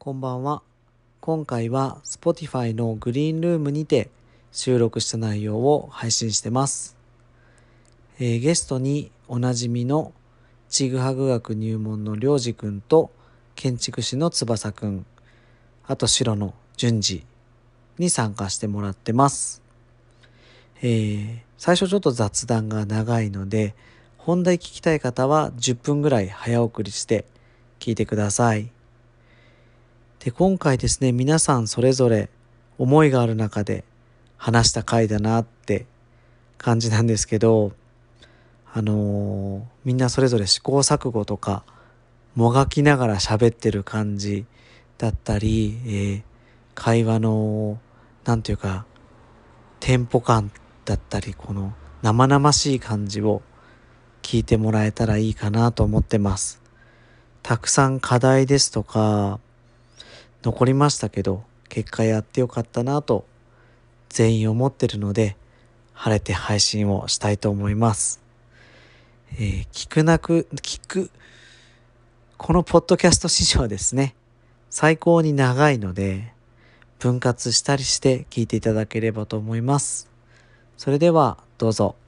こんばんは。今回は Spotify のグリーンルームにて収録した内容を配信してます。ゲストにおなじみのちぐはぐ学入門のりょうじくんと建築士の翼くん、あと白の順次に参加してもらってます。最初ちょっと雑談が長いので、本題聞きたい方は10分ぐらい早送りして聞いてください。で、今回ですね、皆さんそれぞれ思いがある中で話した回だなって感じなんですけど、みんなそれぞれ試行錯誤とかもがきながら喋ってる感じだったり、会話のなんていうかテンポ感だったり、この生々しい感じを聞いてもらえたらいいかなと思ってます。たくさん課題ですとか残りましたけど、結果やってよかったなと全員思ってるので、晴れて配信をしたいと思います。このポッドキャスト史上ですね、最高に長いので、分割したりして聞いていただければと思います。それではどうぞ。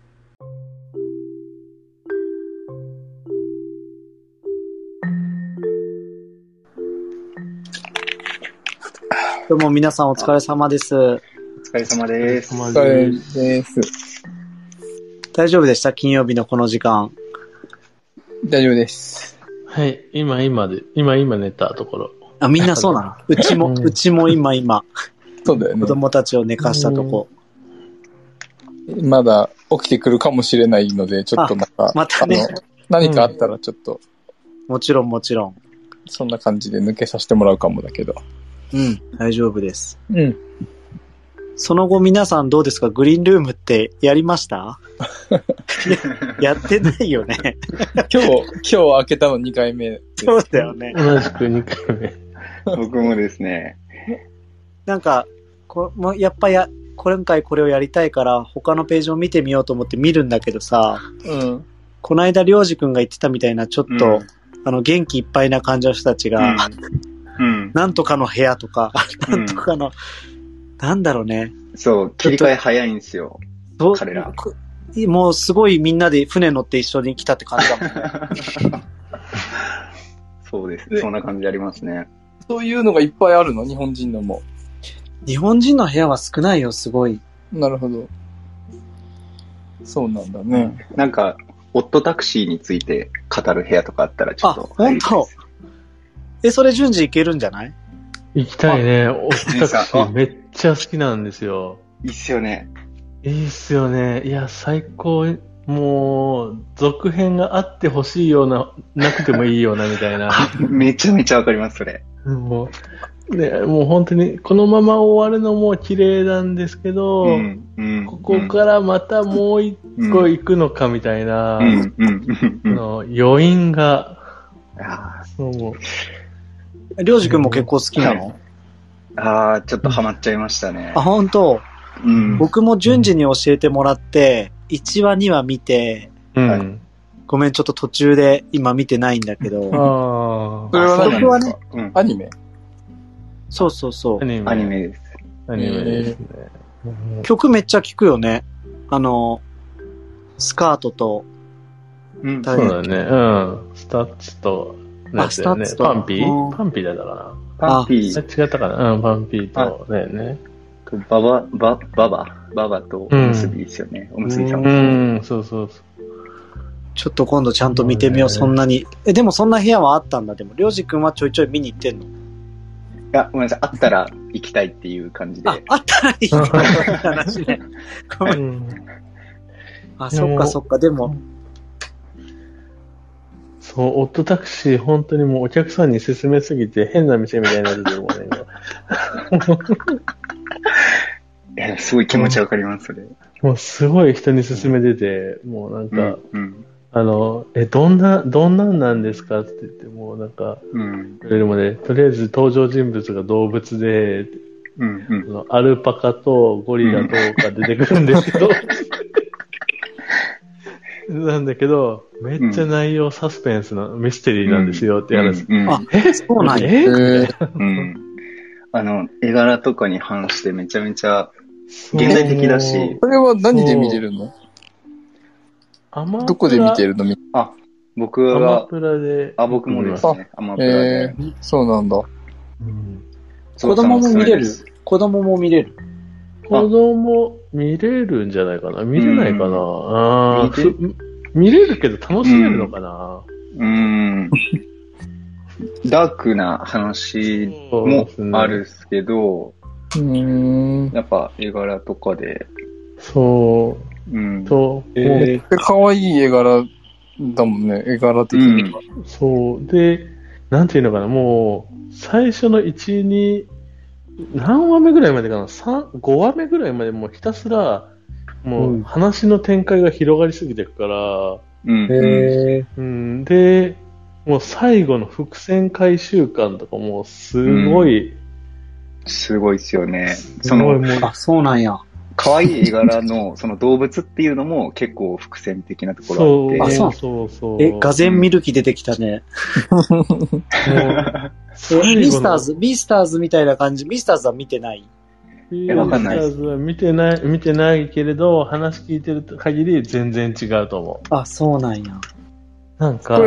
どうも皆さんお疲れ様です。 お疲れ様です。 お疲れです。 大丈夫でした？金曜日のこの時間。 大丈夫です。 はい、今寝たところ。 あ、みんなそうなの？うちも今。 そうだよね。 子供たちを寝かしたとこ。 まだ起きてくるかもしれないので、ちょっとなんか、 またね、 何かあったらちょっと、 もちろん。 そんな感じで抜けさせてもらうかもだけど。 うん、大丈夫です。 うん。 その後皆さんどうですか？グリーンルームってやりました？やってないよね。 今日開けたの2回目です。 そうだよね。 同じく2回目。 僕もですね。 なんか、やっぱ今回これをやりたいから他のページを見てみようと思って見るんだけどさ、 うん。 この間りょうじくんが言ってたみたいなちょっと、元気いっぱいな感じの人たちが、なんとかの部屋とか、なんとかの、なんだろうね。 そう、切り替え早いんですよ。彼ら。 もうすごいみんなで船乗って一緒に来たって感じだもんね。 そうです。そんな感じありますね。 そういうのがいっぱいあるの？日本人のも。 日本人の部屋は少ないよ、すごい。 なるほど。そうなんだね。 なんか、オットタクシーについて語る部屋とかあったらちょっと。 あ、本当？それ順次行けるんじゃない？ 行きたいね。オットタクシーめっちゃ好きなんですよ。 いいっすよね。 いいっすよね。いや、最高。もう、続編があってほしいような、なくてもいいようなみたいな。 めちゃめちゃわかります、それ。 もう本当に、このまま終わるのも綺麗なんですけど、ここからまたもう一個行くのかみたいな、余韻が、 りょうじくんも結構好きなの？ ちょっとハマっちゃいましたね。 あ、本当？僕も順次に教えてもらって、1話2話見て、ごめん、ちょっと途中で今見てないんだけど。 それは僕はね、 アニメ？ そう。 アニメです。 アニメですね。 曲めっちゃ聴くよね。スカートと、 そうだね。スタッツと、パンピーだったかな。 パンピー。 違ったかな。パンピーと、だよね。 ババとおむすびですよね。おむすびさん。 そう。 ちょっと今度ちゃんと見てみよう、そんなに。でもそんな部屋はあったんだ。でも、りょうじくんはちょいちょい見に行ってんの？いや、ごめんなさい。あったら行きたいっていう感じで。 あったら行きたいって話ね。ごめん。そっか。でも。 そう、オットタクシー、本当にもうお客さんに勧めすぎて変な店みたいになってるもんね。 いや、すごい気持ちわかります、それ。 もうすごい人に勧めてて、もうなんか、どんなんなんですかって言って、もうなんか、それでもね、とりあえず登場人物が動物で、アルパカとゴリラとか出てくるんですけど、 なんだけど、めっちゃ内容サスペンスのミステリーなんですよって話。 あ、そうなんや。 絵柄とかに反してめちゃめちゃ現代的だし。 これは何で見れるの？どこで見てるの？ 僕は、 アマプラで。 僕もですね。アマプラで。 そうなんだ。 子供も見れる？子供も見れる？ 子供見れるんじゃないかな？見れないかな？見れるけど楽しめるのかな？ ダークな話もあるっすけど、やっぱ絵柄とかで。 可愛い絵柄だもんね、絵柄的には。 そう。で、なんていうのかな、もう、最初の1、2、何話目ぐらいまでかな、5話目ぐらいまでもうひたすら、もう話の展開が広がりすぎていくから、で、もう最後の伏線回収感とかもすごい、 すごいっすよね。 そうなんや。 可愛い絵柄のその動物っていうのも結構伏線的なところあって。 そう。がぜん見る気出てきたね。ビースターズみたいな感じ。ビースターズは見てない？ わかんないです。 ビースターズは見てないけれど、話聞いてる限り全然違うと思う。そうなんや。 なんか、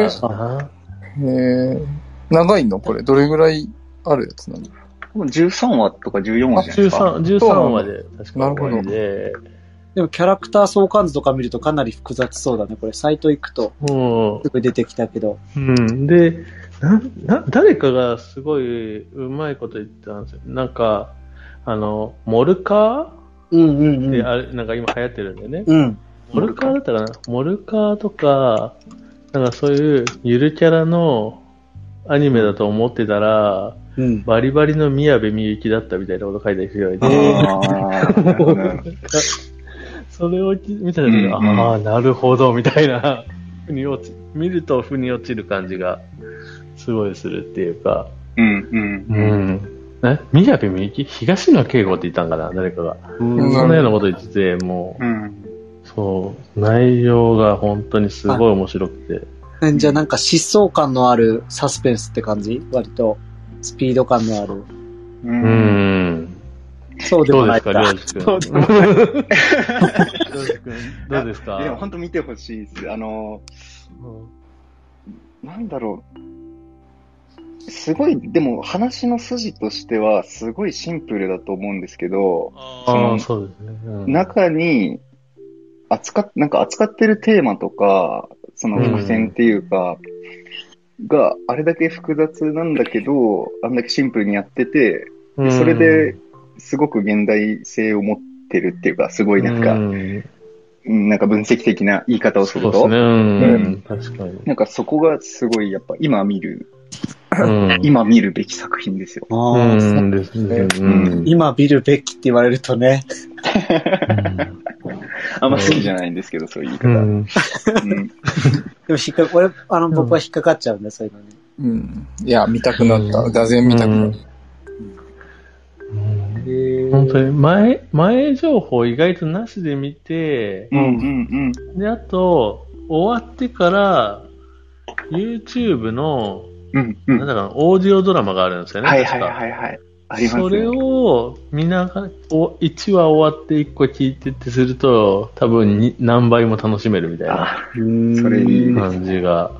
長いのこれ、どれぐらいあるやつなの ？13話とか14話じゃないですか。 13話で、確かに。なるほど。 でもキャラクター相関図とか見るとかなり複雑そうだね。これ、サイト行くと、すぐ出てきたけど。 で、誰かがすごいうまいこと言ってたんですよ。なんか、モルカーで、なんか今流行ってるんだよね。モルカーだったかな？モルカーとか、なんかそういうゆるキャラのアニメだと思ってたら、バリバリの宮部みゆきだったみたいなこと書いてる人がいて、それを見た時に、なるほどみたいな、見ると腑に落ちる感じがすごいするっていうか、宮部みゆき？東野圭吾って言ったんかな、誰かが。そんなようなこと言ってて、もう、そう、内容が本当にすごい面白くて。 じゃあなんか疾走感のあるサスペンスって感じ？割と。スピード感のある。そうでもないか。 どうですか、りょうじくん。どうですか？ でも本当見てほしいです。なんだろう。すごい、でも話の筋としてはすごいシンプルだと思うんですけど、 そうですね。 中に扱ってるテーマとか、その伏線っていうか、があれだけ複雑なんだけど、あんだけシンプルにやってて、それですごく現代性を持ってるっていうか、すごいなんか分析的な言い方をすると。 そうですね。確かに。 なんかそこがすごいやっぱ今見るべき作品ですよ。 今見るべきって言われるとね。 あんま好きじゃないんですけど、そういう言い方。 でも僕は引っかかっちゃうんだ、そういうのね。 いや、見たくなった。がぜん見たくなった。 本当に前情報意外となしで見て、で、あと、終わってから、YouTube の、なんだかな、オーディオドラマがあるんですよね。 はい。ありますね。 それを見ながら、1話終わって1個聞いてってすると、多分何倍も楽しめるみたいな。 それいい感じが。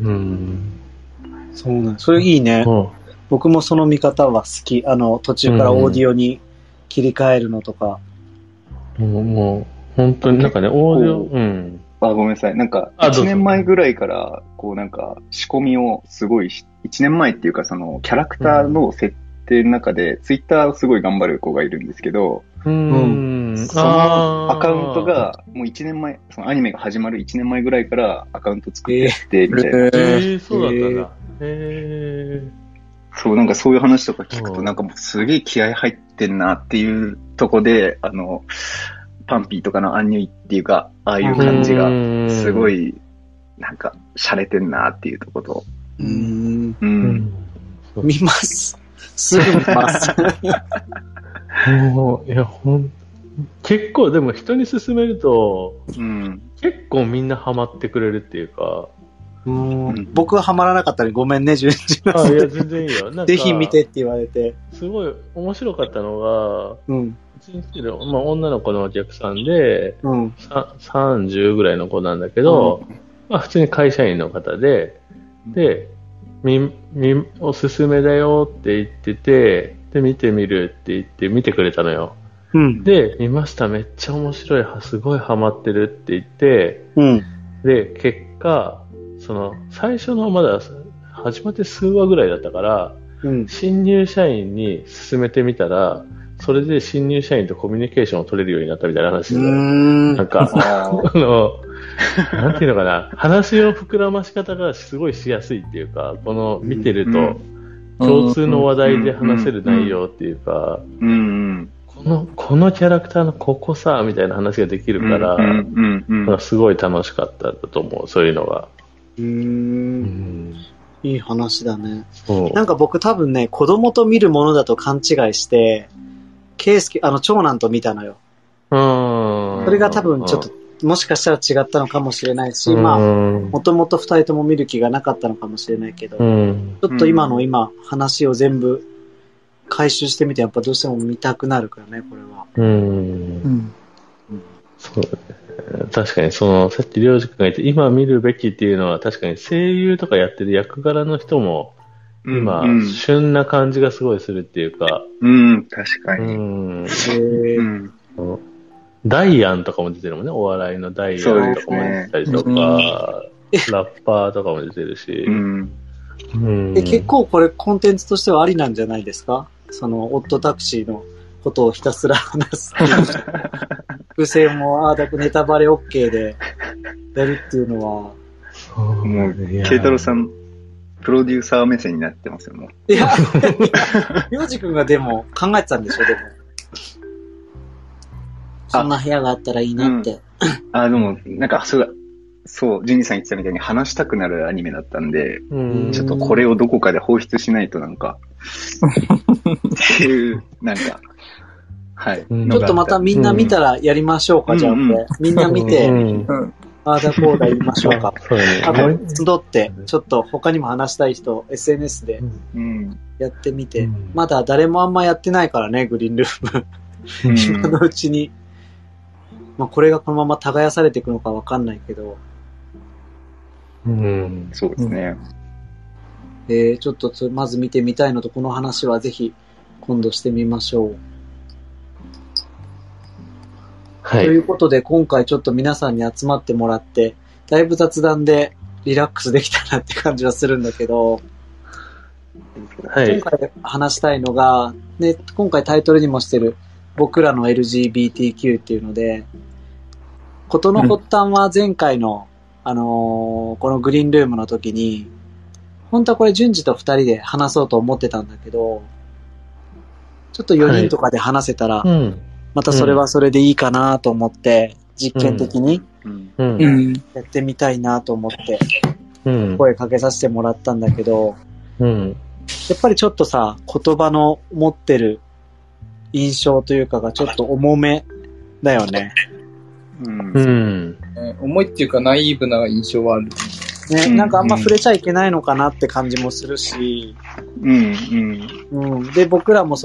そうなんそれいいね。僕もその見方は好き。途中からオーディオに切り替えるのとか。 もう、本当になんかね、オーディオ、 ごめんなさい。なんか、1年前ぐらいから、こうなんか、仕込みをすごい1年前っていうか、その、キャラクターの設定の中で、ツイッターをすごい頑張る子がいるんですけど、そのアカウントが、もう1年前、そのアニメが始まる1年前ぐらいからアカウント作ってみたいな。 そうだったんだ。 そう、なんかそういう話とか聞くと、なんかもうすげえ気合入ってんなっていうとこで、パンピーとかのアンニュイっていうか、ああいう感じが、すごい、なんか、洒落てんなっていうとこと。 見ます。すぐ見ます。 もう、いや、 結構でも人に勧めると、結構みんなハマってくれるっていうか、 僕はハマらなかったらごめんね、順次。 いや、全然いいよ。なんかぜひ見てって言われて。 すごい面白かったのが、うちに来てる、女の子のお客さんで、30ぐらいの子なんだけど、普通に会社員の方で、おすすめだよって言ってて、で、見てみるって言って見てくれたのよ。で、見ました、めっちゃ面白い、すごいハマってるって言って、で、結果、最初のまだ始まって数話ぐらいだったから、新入社員に勧めてみたら、それで新入社員とコミュニケーションを取れるようになったみたいな話で、なんか、なんていうのかな、話の膨らまし方がすごいしやすいっていうか、見てると、共通の話題で話せる内容っていうか、このキャラクターのここさ、みたいな話ができるから、すごい楽しかったと思う、そういうのが。 いい話だね。なんか僕多分ね、子供と見るものだと勘違いして、ケイスケ、長男と見たのよ。それが多分ちょっと、もしかしたら違ったのかもしれないし、もともと二人とも見る気がなかったのかもしれないけど、ちょっと今話を全部回収してみて、やっぱどうしても見たくなるからね、これは。 そう確かにさっきりょうじくんが言って今見るべきっていうのは確かに声優とかやってる役柄の人も今、旬な感じがすごいするっていうか。 確かに。 ダイアンとかも出てるもんね。お笑いのダイアンとかも出てたりとか、ラッパーとかも出てるし。 結構これコンテンツとしてはありなんじゃないですか？オットタクシーのことをひたすら話すっていう。伏線もネタバレ OK でやるっていうのは。 もう、慶太郎さん、プロデューサー目線になってますよ、もう。 いや、りょうじくんがでも考えてたんでしょ、でも。そんな部屋があったらいいなって。 でも、なんか、そう、ジュニさん言ってたみたいに話したくなるアニメだったんで、ちょっとこれをどこかで放出しないとなんか、っていう、なんか、はい。ちょっとまたみんな見たらやりましょうか、じゃあ、みんな見て、ああだこうだ言いましょうか。あと、集って、ちょっと他にも話したい人、SNS でやってみて、まだ誰もあんまやってないからね、グリーンルーム。今のうちに。これがこのまま耕されていくのかわかんないけど。 そうですね。 ちょっとまず見てみたいのと、この話はぜひ今度してみましょう。ということで、今回ちょっと皆さんに集まってもらって、だいぶ雑談でリラックスできたなって感じはするんだけど、今回話したいのが、ね、今回タイトルにもしてる、僕らの LGBTQ っていうので、事の発端は前回の、このグリーンルームの時に、本当はこれ順次と2人で話そうと思ってたんだけど、ちょっと4人とかで話せたら、またそれはそれでいいかなと思って、実験的にやってみたいなと思って、声かけさせてもらったんだけど、やっぱりちょっとさ、言葉の持ってる印象というかがちょっと重めだよね。 重いっていうかナイーブな印象はある。 ね、なんかあんま触れちゃいけないのかなって感じもするし、で、僕らも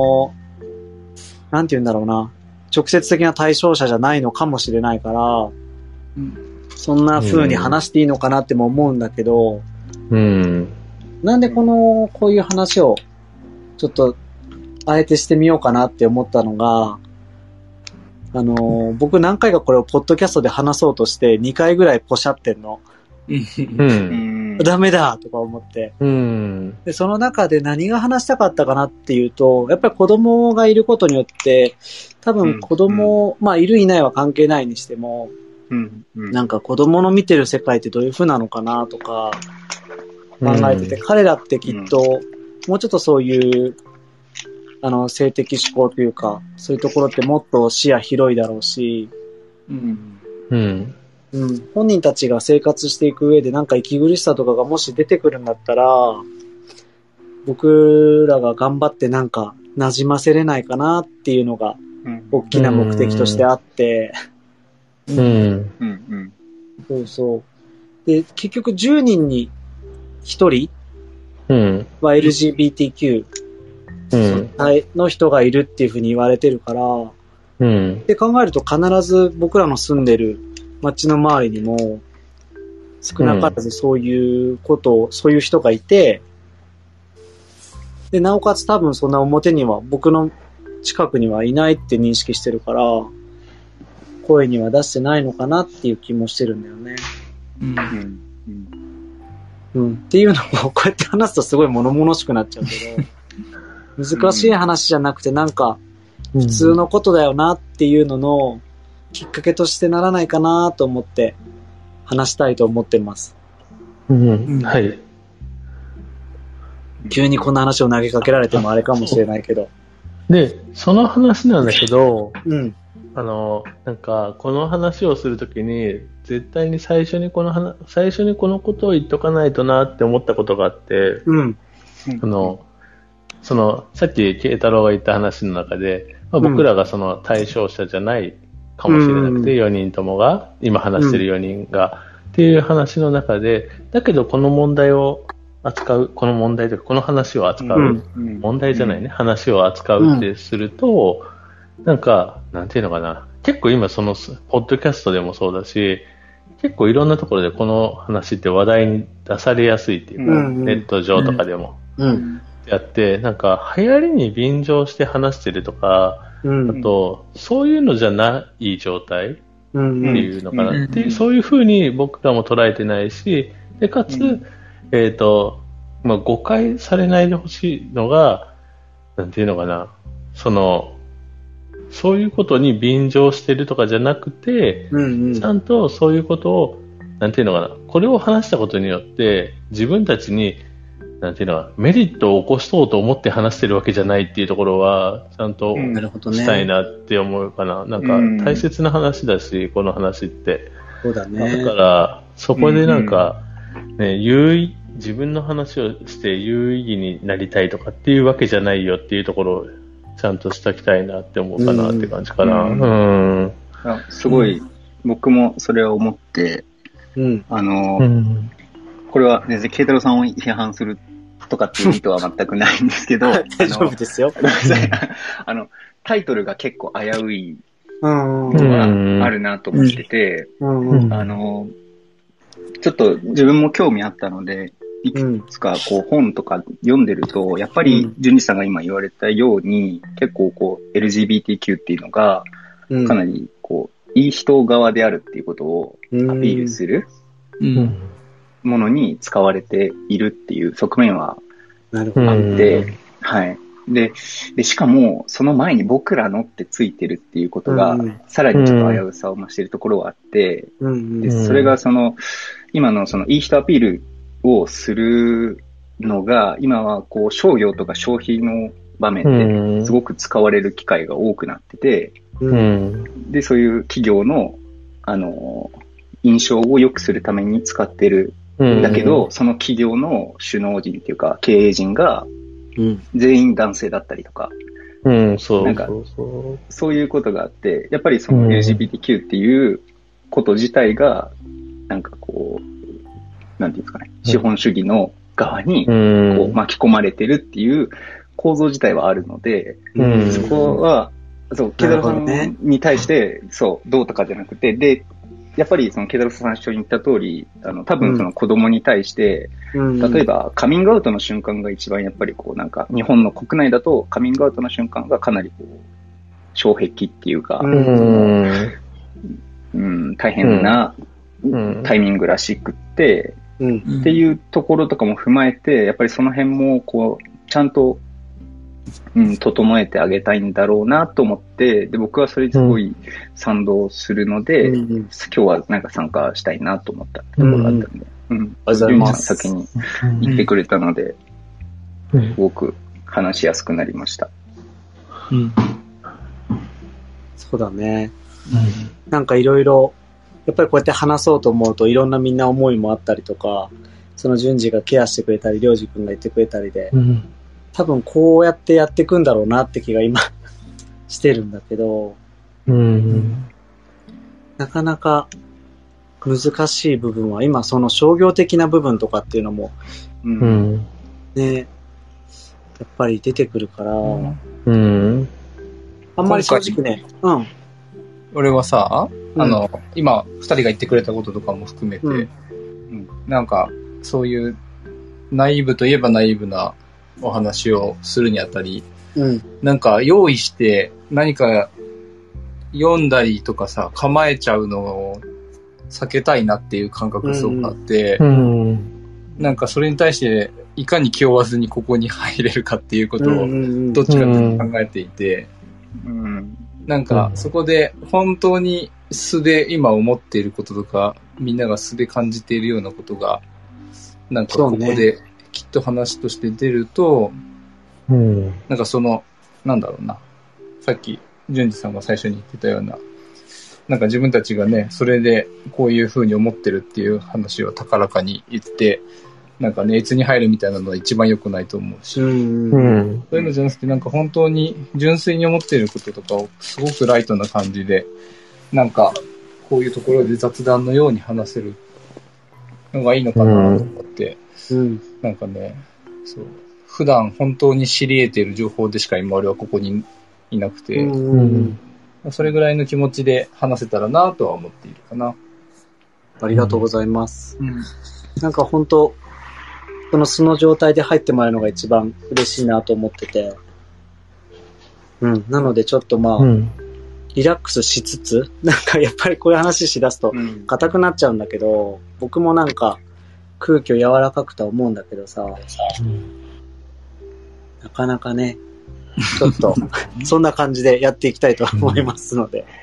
なんて言うんだろうな、直接的な対象者じゃないのかもしれないから、そんな風に話していいのかなっても思うんだけど、なんでこういう話をちょっとあえてしてみようかなって思ったのが、僕何回かこれをポッドキャストで話そうとして2回ぐらいポシャってんの。ダメだとか思って、で、その中で何が話したかったかなっていうと、やっぱり子供がいることによって、多分子供、いるいないは関係ないにしても、なんか子供の見てる世界ってどういう風なのかなとか考えてて、彼らってきっと、もうちょっとそういう、性的指向というか、そういうところってもっと視野広いだろうし、本人たちが生活していく上でなんか息苦しさとかがもし出てくるんだったら、僕らが頑張ってなんか馴染ませれないかなっていうのが大きな目的としてあって、 うん。 うん。 そうそう。で、結局10人に1人は LGBTQ の人がいるっていうふうに言われてるから、で考えると必ず僕らの住んでる街の周りにも少なからずそういうそういう人がいて、で、なおかつ多分そんな表には僕の近くにはいないって認識してるから、声には出してないのかなっていう気もしてるんだよね。っていうのをこうやって話すとすごい物々しくなっちゃうけど、難しい話じゃなくてなんか普通のことだよなっていうののきっかけとしてならないかなと思って話したいと思ってます。 はい。 急にこんな話を投げかけられてもあれかもしれないけど。 で、その話なんだけど、なんか、この話をするときに、絶対に最初にこのことを言っとかないとなって思ったことがあって、さっき慶太郎が言った話の中で、僕らがその対象者じゃないかもしれなくて、4人ともが、今話してる4人が、っていう話の中で、だけどこの問題を扱う、この問題というか、この話を扱う、問題じゃないね、話を扱うってすると、なんか、なんていうのかな、結構今その、ポッドキャストでもそうだし、結構いろんなところでこの話って話題に出されやすいっていうか、ネット上とかでも、やって、なんか、流行りに便乗して話してるとか、あと、そういうのじゃない状態っていうのかなっていう、そういうふうに僕らも捉えてないし、で、かつ、誤解されないでほしいのが、なんていうのかな、そういうことに便乗してるとかじゃなくて、ちゃんとそういうことを、なんていうのかな、これを話したことによって、自分たちに、なんていうのか、メリットを起こそうと思って話してるわけじゃないっていうところは、ちゃんとしたいなって思うかな。なんか、大切な話だし、この話って。 そうだね。 だから、そこでなんか、ね、自分の話をして有意義になりたいとかっていうわけじゃないよっていうところをちゃんとしときたいなって思うかなって感じかな。 すごい、僕もそれを思って、これは全然慶太郎さんを批判するとかっていう意図は全くないんですけど、 大丈夫ですよ。 タイトルが結構危ういのがあるなと思ってて、ちょっと自分も興味あったので、いくつかこう本とか読んでると、やっぱり淳二さんが今言われたように、結構こう LGBTQ っていうのが、かなりこう、いい人側であるっていうことをアピールするものに使われているっていう側面はあって、はい。で、しかも、その前に僕らのってついてるっていうことが、さらにちょっと危うさを増しているところはあって、でそれが今のいい人アピールをするのが、今はこう商業とか消費の場面ですごく使われる機会が多くなってて、で、そういう企業の、印象を良くするために使ってる。だけど、その企業の首脳陣っていうか、経営陣が、全員男性だったりとか、そういうことがあって、やっぱりその LGBTQ っていうこと自体が、なんかこう、なんていうんですかね、資本主義の側にこう巻き込まれてるっていう構造自体はあるので、そこは、そう、ケダロさんに対して、そう、どうとかじゃなくて、で、やっぱりケダロさん一緒に言った通り、多分その子供に対して、例えばカミングアウトの瞬間が一番やっぱりこうなんか、日本の国内だとカミングアウトの瞬間がかなりこう、障壁っていうか、大変なタイミングらしくって、っていうところとかも踏まえて、やっぱりその辺もこう、ちゃんと、整えてあげたいんだろうなと思って、で、僕はそれにすごい賛同するので、今日はなんか参加したいなと思ったところがあったので、ジュンさん先に言ってくれたので、すごく話しやすくなりました。 そうだね。なんかいろいろ、やっぱりこうやって話そうと思うといろんなみんな思いもあったりとか、その順次がケアしてくれたり、りょうじくんが言ってくれたりで、多分こうやってやっていくんだろうなって気が今してるんだけど、なかなか難しい部分は、今その商業的な部分とかっていうのも、ね、やっぱり出てくるから、あんまり正直ね、 俺はさ、今、二人が言ってくれたこととかも含めて、なんか、そういう、ナイーブといえばナイーブなお話をするにあたり、なんか、用意して、何か、読んだりとかさ、構えちゃうのを避けたいなっていう感覚がすごくあって、なんか、それに対して、いかに気負わずにここに入れるかっていうことを、どっちかと考えていて、なんか、そこで本当に素で今思っていることとか、みんなが素で感じているようなことが、なんかここできっと話として出ると、なんかその、なんだろうな。さっき、淳二さんが最初に言ってたような、なんか自分たちがね、それでこういう風に思ってるっていう話を高らかに言って、なんか熱に入るみたいなのは一番良くないと思うし、そういうのじゃなくてなんか本当に純粋に思っていることとかをすごくライトな感じで、なんかこういうところで雑談のように話せるのがいいのかなと思って、なんかね、そう、普段本当に知り得ている情報でしか今俺はここにいなくて、それぐらいの気持ちで話せたらなとは思っているかな。 ありがとうございます。なんか本当、その素の状態で入ってもらうのが一番嬉しいなと思ってて。なのでちょっとまあ、リラックスしつつ、なんかやっぱりこういう話しだすと硬くなっちゃうんだけど、僕もなんか空気を柔らかくとは思うんだけどさ、なかなかね、ちょっとそんな感じでやっていきたいと思いますので。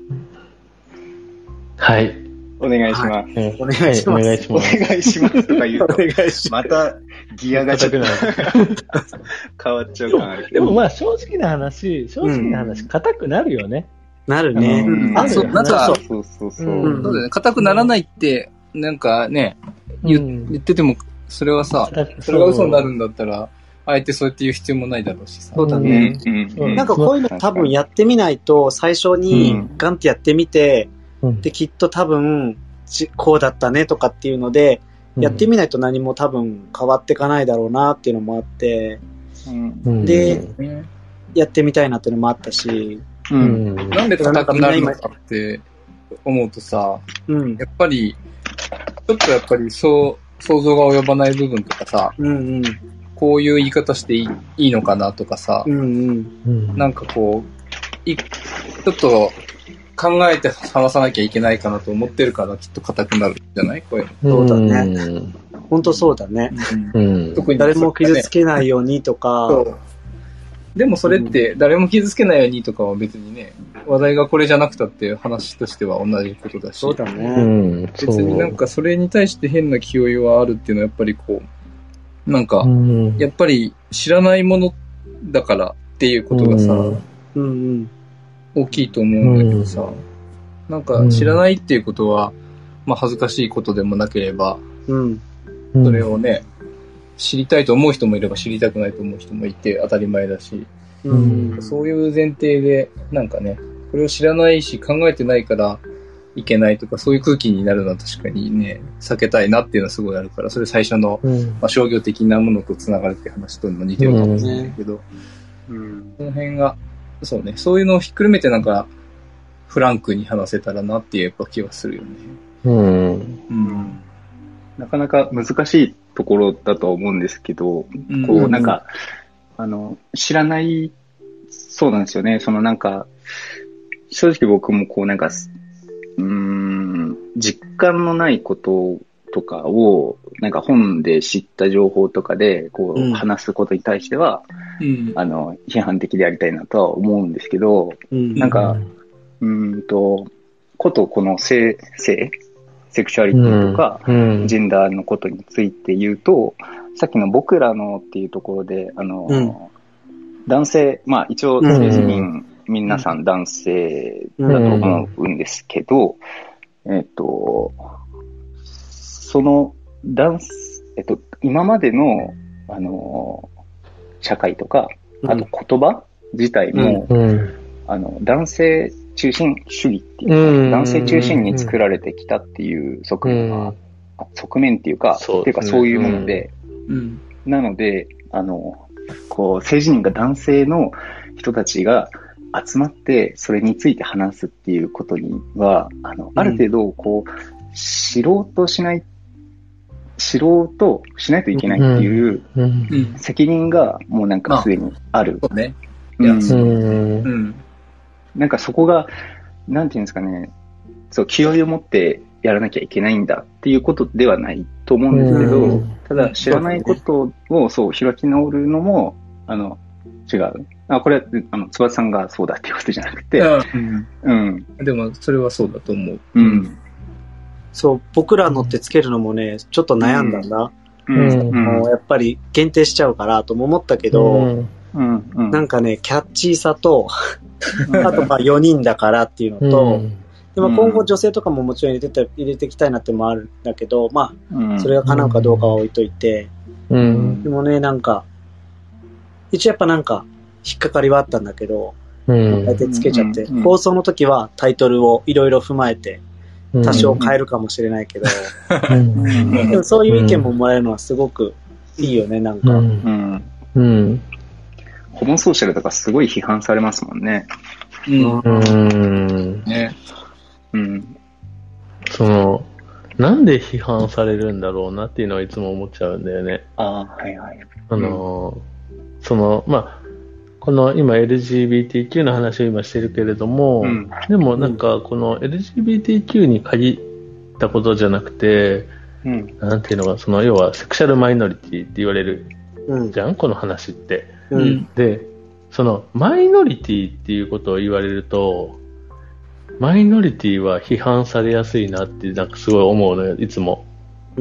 はい。 お願いします。 お願いします。 お願いしますとか言うと、またギアがちょっと変わっちゃうかな。 でもまあ正直な話、硬くなるよね。 なるね。 そう、なんか、 そうだよね。硬くならないって、なんかね、言ってても、それはさ、それが嘘になるんだったら、あえてそうやって言う必要もないだろうしさ。 そうだね。なんかこういうの多分やってみないと、最初にガンってやってみて、で、きっと多分、こうだったねとかっていうので、やってみないと何も多分変わっていかないだろうなっていうのもあって、で、やってみたいなっていうのもあったし、 なんで硬くなるのかって思うとさ、やっぱり、ちょっとやっぱり想像が及ばない部分とかさ、こういう言い方していいのかなとかさ、なんかこう、ちょっと考えて話さなきゃいけないかなと思ってるからきっと硬くなるんじゃないこれ。 そうだね。本当そうだね。特に誰も傷つけないようにとか。 でもそれって誰も傷つけないようにとかは別にね、話題がこれじゃなくたって話としては同じことだし。 そうだね。 別になんかそれに対して変な気負いはあるっていうのはやっぱりこう、なんか、やっぱり知らないものだからっていうことがさ、大きいと思うんだけどさ、なんか知らないっていうことは、まあ恥ずかしいことでもなければ、それをね、知りたいと思う人もいれば知りたくないと思う人もいて当たり前だし、そういう前提で、なんかね、これを知らないし考えてないからいけないとか、そういう空気になるのは確かにね、避けたいなっていうのはすごいあるから、それ最初の、まあ、商業的なものとつながるって話とも似てるかもしれないけど、その辺が、そうね、そういうのをひっくるめてなんか、フランクに話せたらなっていうやっぱ気はするよね。 なかなか難しいところだとは思うんですけど、こうなんか、知らない、そうなんですよね。そのなんか、正直僕もこうなんか、実感のないこととかを、なんか本で知った情報とかで、こう話すことに対しては、批判的でありたいなとは思うんですけど、なんか、ことこのセクシュアリティとか、ジェンダーのことについて言うと、さっきの僕らのっていうところで、男性、まあ一応政治民、皆さん男性だと思うんですけど、その今までの、社会とか、あと言葉自体も、 男性中心主義っていうか、男性中心に作られてきたっていう側面っていうか、っていうかそういうもので、なので、性自認が男性の人たちが集まって、それについて話すっていうことには、ある程度、知ろうとしないといけないっていう責任がもうなんかすでにある。 そうね。 なんかそこが、なんていうんですかね、そう、気負いを持ってやらなきゃいけないんだっていうことではないと思うんですけど、ただ知らないことを開き直るのも、違う。これは、翼さんがそうだっていうことじゃなくて、 でも、それはそうだと思う。 そう、僕らのってつけるのもね、ちょっと悩んだんだ。やっぱり限定しちゃうからとも思ったけど、なんかね、キャッチーさと、あと4人だからっていうのと、でも今後女性とかももちろん入れていきたいなってもあるんだけど、それが叶うかどうかは置いといて、でもね、なんか、一応やっぱなんか、引っかかりはあったんだけど、大体つけちゃって、放送の時はタイトルをいろいろ踏まえて、多少変えるかもしれないけど、でもそういう意見ももらえるのはすごくいいよね、なんか。 ホモソーシャルとかすごい批判されますもんね。 なんで批判されるんだろうなっていうのはいつも思っちゃうんだよね。この今 LGBTQ の話を今してるけれども、でもなんかこの LGBTQ に限ったことじゃなくて、なんていうのか、要はセクシャルマイノリティって言われるじゃん、この話って。で、そのマイノリティっていうことを言われると、マイノリティは批判されやすいなってなんかすごい思うのよ、いつも。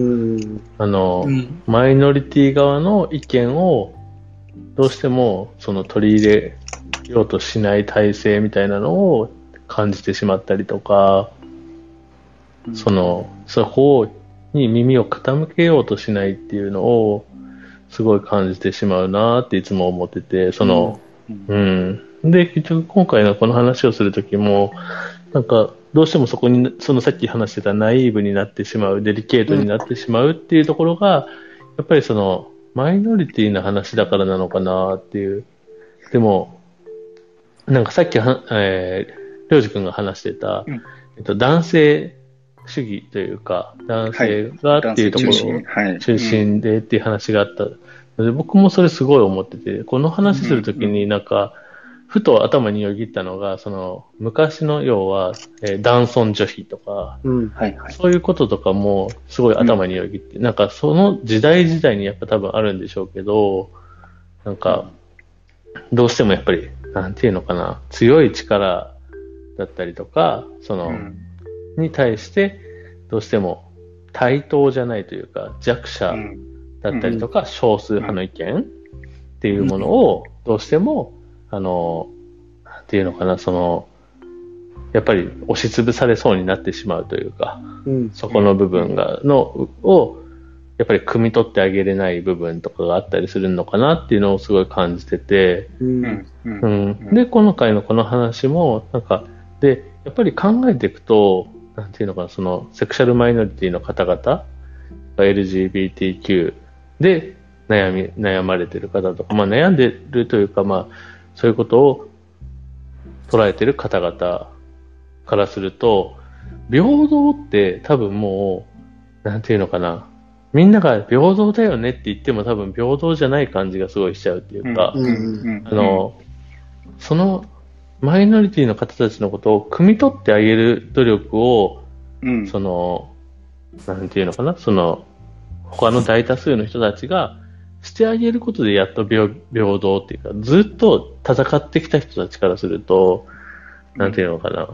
マイノリティ側の意見をどうしても取り入れようとしない体制みたいなのを感じてしまったりとか、そこに耳を傾けようとしないっていうのをすごい感じてしまうなっていつも思ってて、で、結局今回のこの話をするときも、なんかどうしてもそこにさっき話してたナイーブになってしまう、デリケートになってしまうっていうところが、やっぱりマイノリティの話だからなのかなっていう。でも、なんかさっきりょうじくんが話してた、男性主義というか、男性がっていうところを中心でっていう話があったので、僕もそれすごい思ってて、この話するときになんか、ふと頭によぎったのが、昔の要は、男尊女卑とか、そういうこととかもすごい頭によぎって、なんかその時代時代にやっぱ多分あるんでしょうけど、なんか、どうしてもやっぱり、なんていうのかな、強い力だったりとか、に対して、どうしても対等じゃないというか、弱者だったりとか、少数派の意見っていうものを、どうしても、なんていうのかな、やっぱり押しつぶされそうになってしまうというか、そこの部分を、やっぱり汲み取ってあげれない部分とかがあったりするのかなっていうのをすごい感じてて、で、今回のこの話も、なんか、で、やっぱり考えていくと、なんていうのかな、セクシャルマイノリティの方々、LGBTQ で悩まれてる方とか、悩んでるというか、そういうことを捉えてる方々からすると、平等って多分もう、なんていうのかな、みんなが平等だよねって言っても多分平等じゃない感じがすごいしちゃうっていうか、そのマイノリティの方たちのことを汲み取ってあげる努力を、なんていうのかな、他の大多数の人たちがしてあげることでやっと平等っていうか、ずっと戦ってきた人たちからすると、なんていうのかな、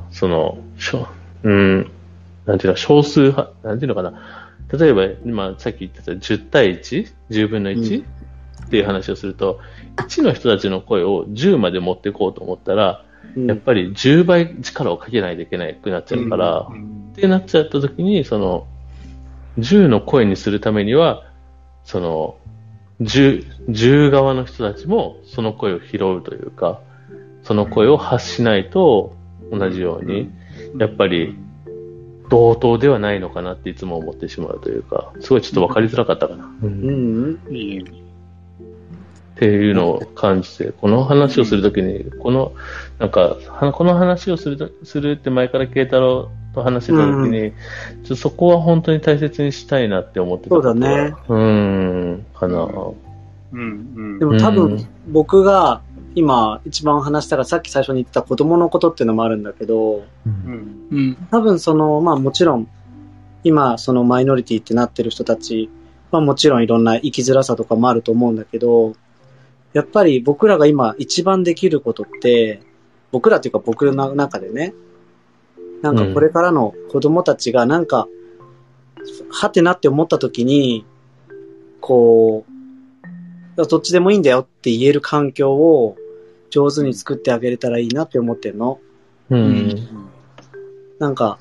なんていうの、少数派、なんていうのかな、例えば、今さっき言ってた10対1、10分の1、っていう話をすると、1の人たちの声を10まで持っていこうと思ったら、やっぱり10倍力をかけないといけなくなっちゃうから、ってなっちゃった時に、10の声にするためには、10側の人たちもその声を拾うというか、 その声を発しないと、同じように、やっぱり、同等ではないのかなっていつも思ってしまうというか、すごいちょっと分かりづらかったかな。っていうのを感じて、この話をするときに、この話をするって前から慶太郎と話してたときに、そこは本当に大切にしたいなって思ってた。 そうだね。 かな。 でも多分、僕が今一番話したら、さっき最初に言った子供のことっていうのもあるんだけど、多分もちろん、今マイノリティってなってる人たちはもちろんいろんな生きづらさとかもあると思うんだけど、やっぱり僕らが今一番できることって、僕らっていうか僕の中でね、なんかこれからの子供たちがなんか、はてなって思った時に、どっちでもいいんだよって言える環境を上手に作ってあげれたらいいなって思ってるの。なんか、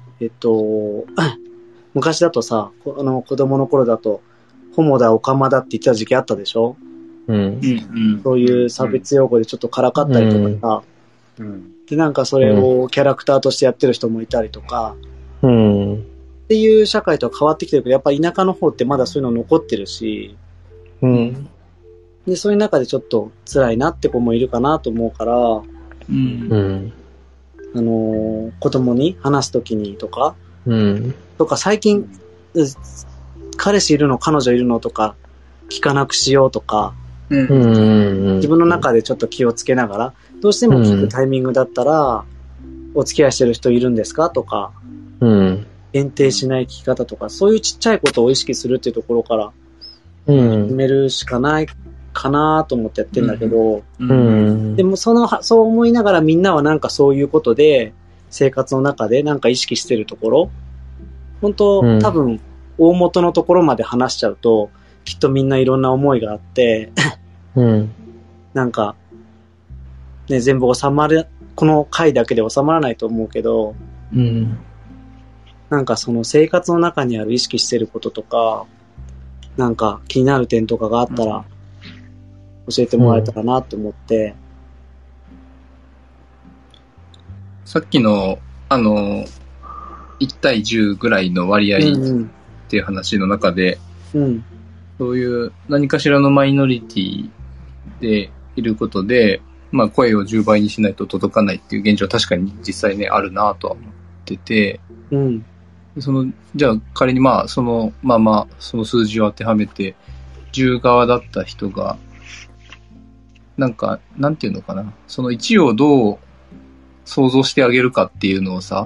昔だとさ、子供の頃だと、ホモだ、オカマだって言ってた時期あったでしょ？そういう差別用語でちょっとからかったりとかさ、でなんかそれをキャラクターとしてやってる人もいたりとか、っていう社会とは変わってきてるけど、やっぱ田舎の方ってまだそういうの残ってるし、でそういう中でちょっと辛いなって子もいるかなと思うから、子供に話すときにとか、最近彼氏いるの彼女いるのとか聞かなくしようとか、自分の中でちょっと気をつけながら、どうしても聞くタイミングだったら、お付き合いしてる人いるんですかとか、限定しない聞き方とか、そういうちっちゃいことを意識するっていうところから、決めるしかないかなと思ってやってんだけど、でもそう思いながらみんなはなんかそういうことで、生活の中でなんか意識してるところ、本当、多分、大元のところまで話しちゃうと、きっとみんないろんな思いがあって、なんか、ね、全部この回だけで収まらないと思うけど、なんか生活の中にある意識してることとか、なんか気になる点とかがあったら、教えてもらえたらなと思って。 さっきの、1対10ぐらいの割合っていう話の中で、そういう何かしらのマイノリティでいることで、声を10倍にしないと届かないっていう現状は確かに実際ね、あるなとは思ってて、じゃあ仮にそのままその数字を当てはめて、10側だった人が、なんていうのかな、その1をどう想像してあげるかっていうのをさ、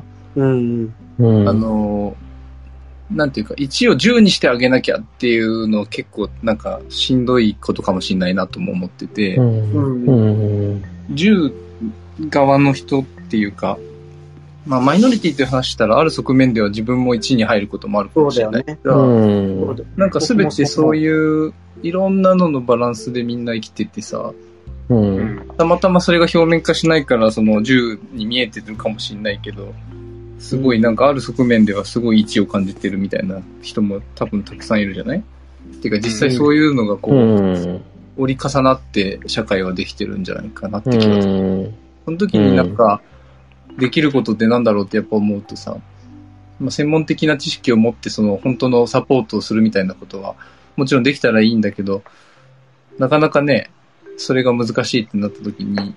なんていうか、1を10にしてあげなきゃっていうの結構なんかしんどいことかもしれないなとも思ってて、10側の人っていうか、マイノリティっていう話したらある側面では自分も1に入ることもあるかもしれないから、なんか全てそういういろんなののバランスでみんな生きててさ、たまたまそれが表面化しないからその10に見えてるかもしれないけど、すごいなんかある側面ではすごい位置を感じてるみたいな人も多分たくさんいるじゃない？っていうか実際そういうのが折り重なって社会はできてるんじゃないかなって気がする。その時になんかできることってなんだろうってやっぱ思うとさ、専門的な知識を持ってその本当のサポートをするみたいなことはもちろんできたらいいんだけど、なかなかね、それが難しいってなった時に、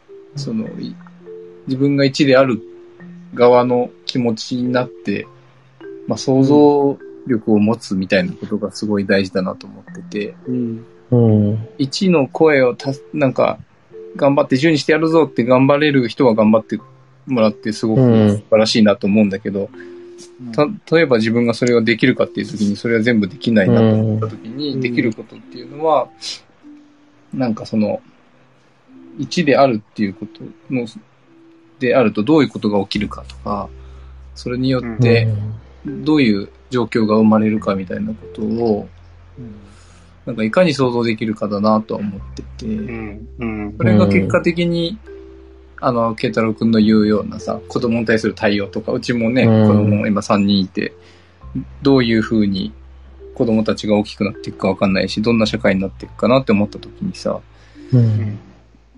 自分が1である側の気持ちになって、想像力を持つみたいなことがすごい大事だなと思ってて、1の声をなんか頑張って10にしてやるぞって頑張れる人は頑張ってもらってすごく素晴らしいなと思うんだけど、例えば自分がそれをできるかっていう時にそれは全部できないなと思った時に、できることっていうのはなんか1であるっていうことのであるとどういうことが起きるかとか、それによってどういう状況が生まれるかみたいなことをなんかいかに想像できるかだなとは思ってて、それが結果的に慶太郎くんの言うようなさ、子供に対する対応とか、うちもね、子供今3人いて、どういう風に子供たちが大きくなっていくかわかんないし、どんな社会になっていくかなって思った時にさ、なんか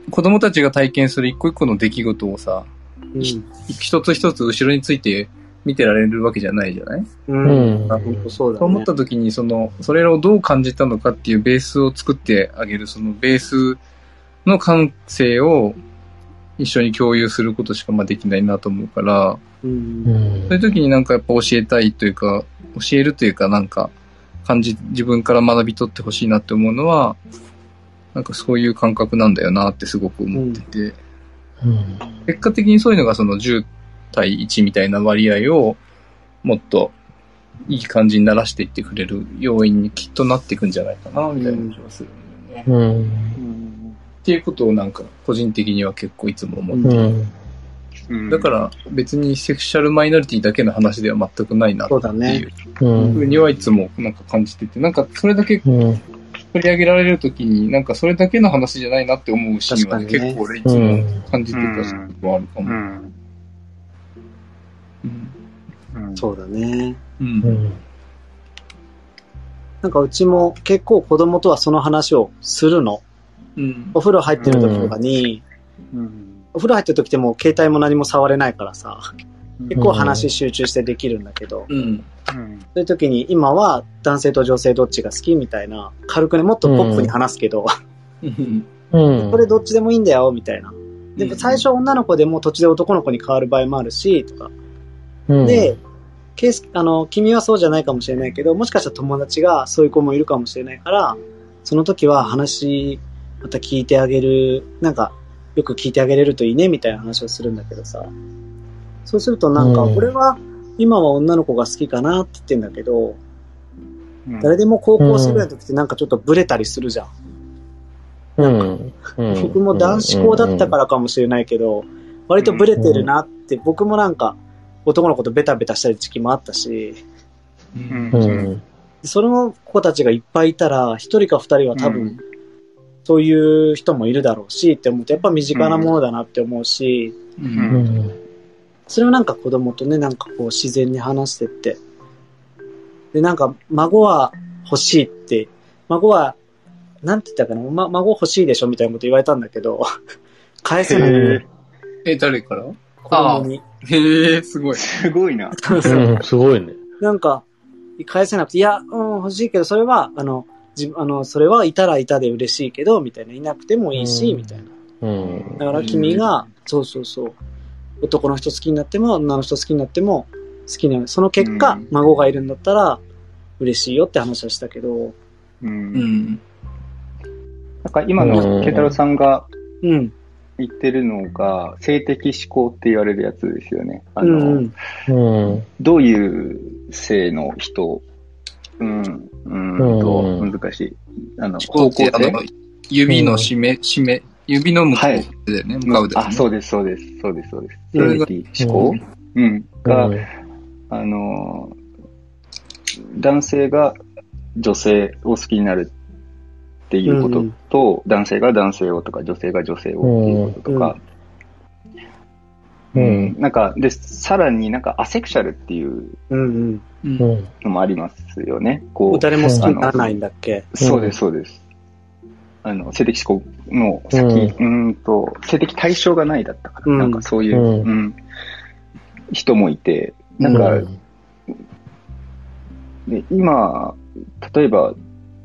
子供たちが体験する一個一個の出来事をさ、一つ一つ後ろについて見てられるわけじゃないじゃない？ そうだね。 と思った時に、それをどう感じたのかっていうベースを作ってあげる、そのベースの感性を一緒に共有することしかできないなと思うから、そういう時になんかやっぱ教えたいというか、教えるというかなんか自分から学び取ってほしいなって思うのは、なんかそういう感覚なんだよなってすごく思ってて、結果的にそういうのがその10対1みたいな割合をもっといい感じにならしていってくれる要因にきっとなっていくんじゃないかなみたいな気がするんだよね。っていうことをなんか個人的には結構いつも思っている。だから別にセクシャルマイノリティだけの話では全くないなっていうふうにはいつもなんか感じてて、なんかそれだけ取り上げられるときになんかそれだけの話じゃないなって思うシーンは、ね、結構俺いつも感じてたしもあるかも。 そうだね。なんかうちも結構子供とはその話をするの。お風呂入ってる時とかに、お風呂入ってる時ってもう携帯も何も触れないからさ、結構話集中してできるんだけど、そういう時に今は男性と女性どっちが好きみたいな、軽くね、もっとポップに話すけど、これどっちでもいいんだよみたいな。でも最初女の子でも途中で男の子に変わる場合もあるし、とか。で、君はそうじゃないかもしれないけど、もしかしたら友達がそういう子もいるかもしれないから、その時は話、また聞いてあげる、なんか、よく聞いてあげれるといいねみたいな話をするんだけどさ。そうするとなんか、俺は今は女の子が好きかなって言ってんだけど、誰でも高校生ぐらいの時ってなんかちょっとブレたりするじゃん。僕も男子校だったからかもしれないけど、割とブレてるなって、僕もなんか男の子とベタベタしたり時期もあったし、その子たちがいっぱいいたら、一人か二人は多分、そういう人もいるだろうしって思うと、やっぱ身近なものだなって思うし、それをなんか子供とね、なんかこう自然に話してって、で、なんか孫は欲しいって、孫は、なんて言ったかな、孫欲しいでしょみたいなこと言われたんだけど、返せない。 誰から？ 子供に。 すごい。 すごいな。 すごいね。 なんか、返せなくて、いや、欲しいけど、それは、それはいたらいたで嬉しいけど、みたいな、いなくてもいいし、みたいな。だから君が、そう、男の人好きになっても、女の人好きになっても、好きな、その結果、孫がいるんだったら、嬉しいよって話はしたけど。 なんか今の慶太郎さんが言ってるのが、性的指向って言われるやつですよね。どういう性の人、難しい。 方向性指の指の向こうだよね。向かうだよね。 そうです。性的指向が、男性が女性を好きになるっていうことと、男性が男性をとか、女性が女性をっていうこととか、なんか、で、さらになんかアセクシャルっていうのもありますよね。 誰も好きにならないんだっけ？ そうです。性的指向の先、性的対象がないだったかな。なんかそういう、人もいて、なんか、で今、例えば、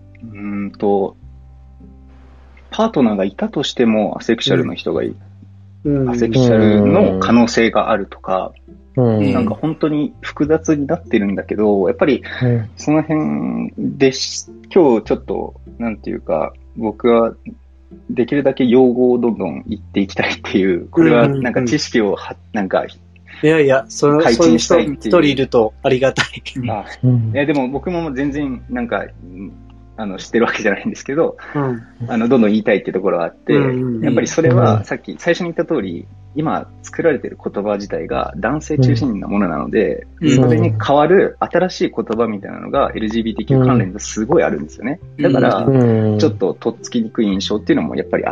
パートナーがいたとしてもアセクシャルの人がアセクシャルの可能性があるとか、なんか本当に複雑になってるんだけど、やっぱりその辺で今日ちょっと、なんていうか、僕はできるだけ用語をどんどん言っていきたいっていう、これはなんか知識をなんか、 いや、そういう人一人いるとありがたい。 いや、でも僕も全然なんか、知ってるわけじゃないんですけど、どんどん言いたいっていうところがあって、やっぱりそれはさっき最初に言った通り、今作られている言葉自体が男性中心なものなので、それに代わる新しい言葉みたいなのが LGBTQ 関連ですごいあるんですよね。だから、ちょっととっつきにくい印象っていうのもやっぱりあって、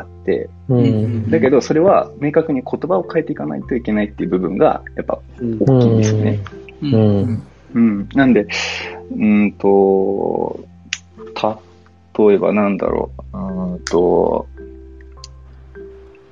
だけどそれは明確に言葉を変えていかないといけないっていう部分がやっぱ大きいんですよね。なんで、例えばなんだろう、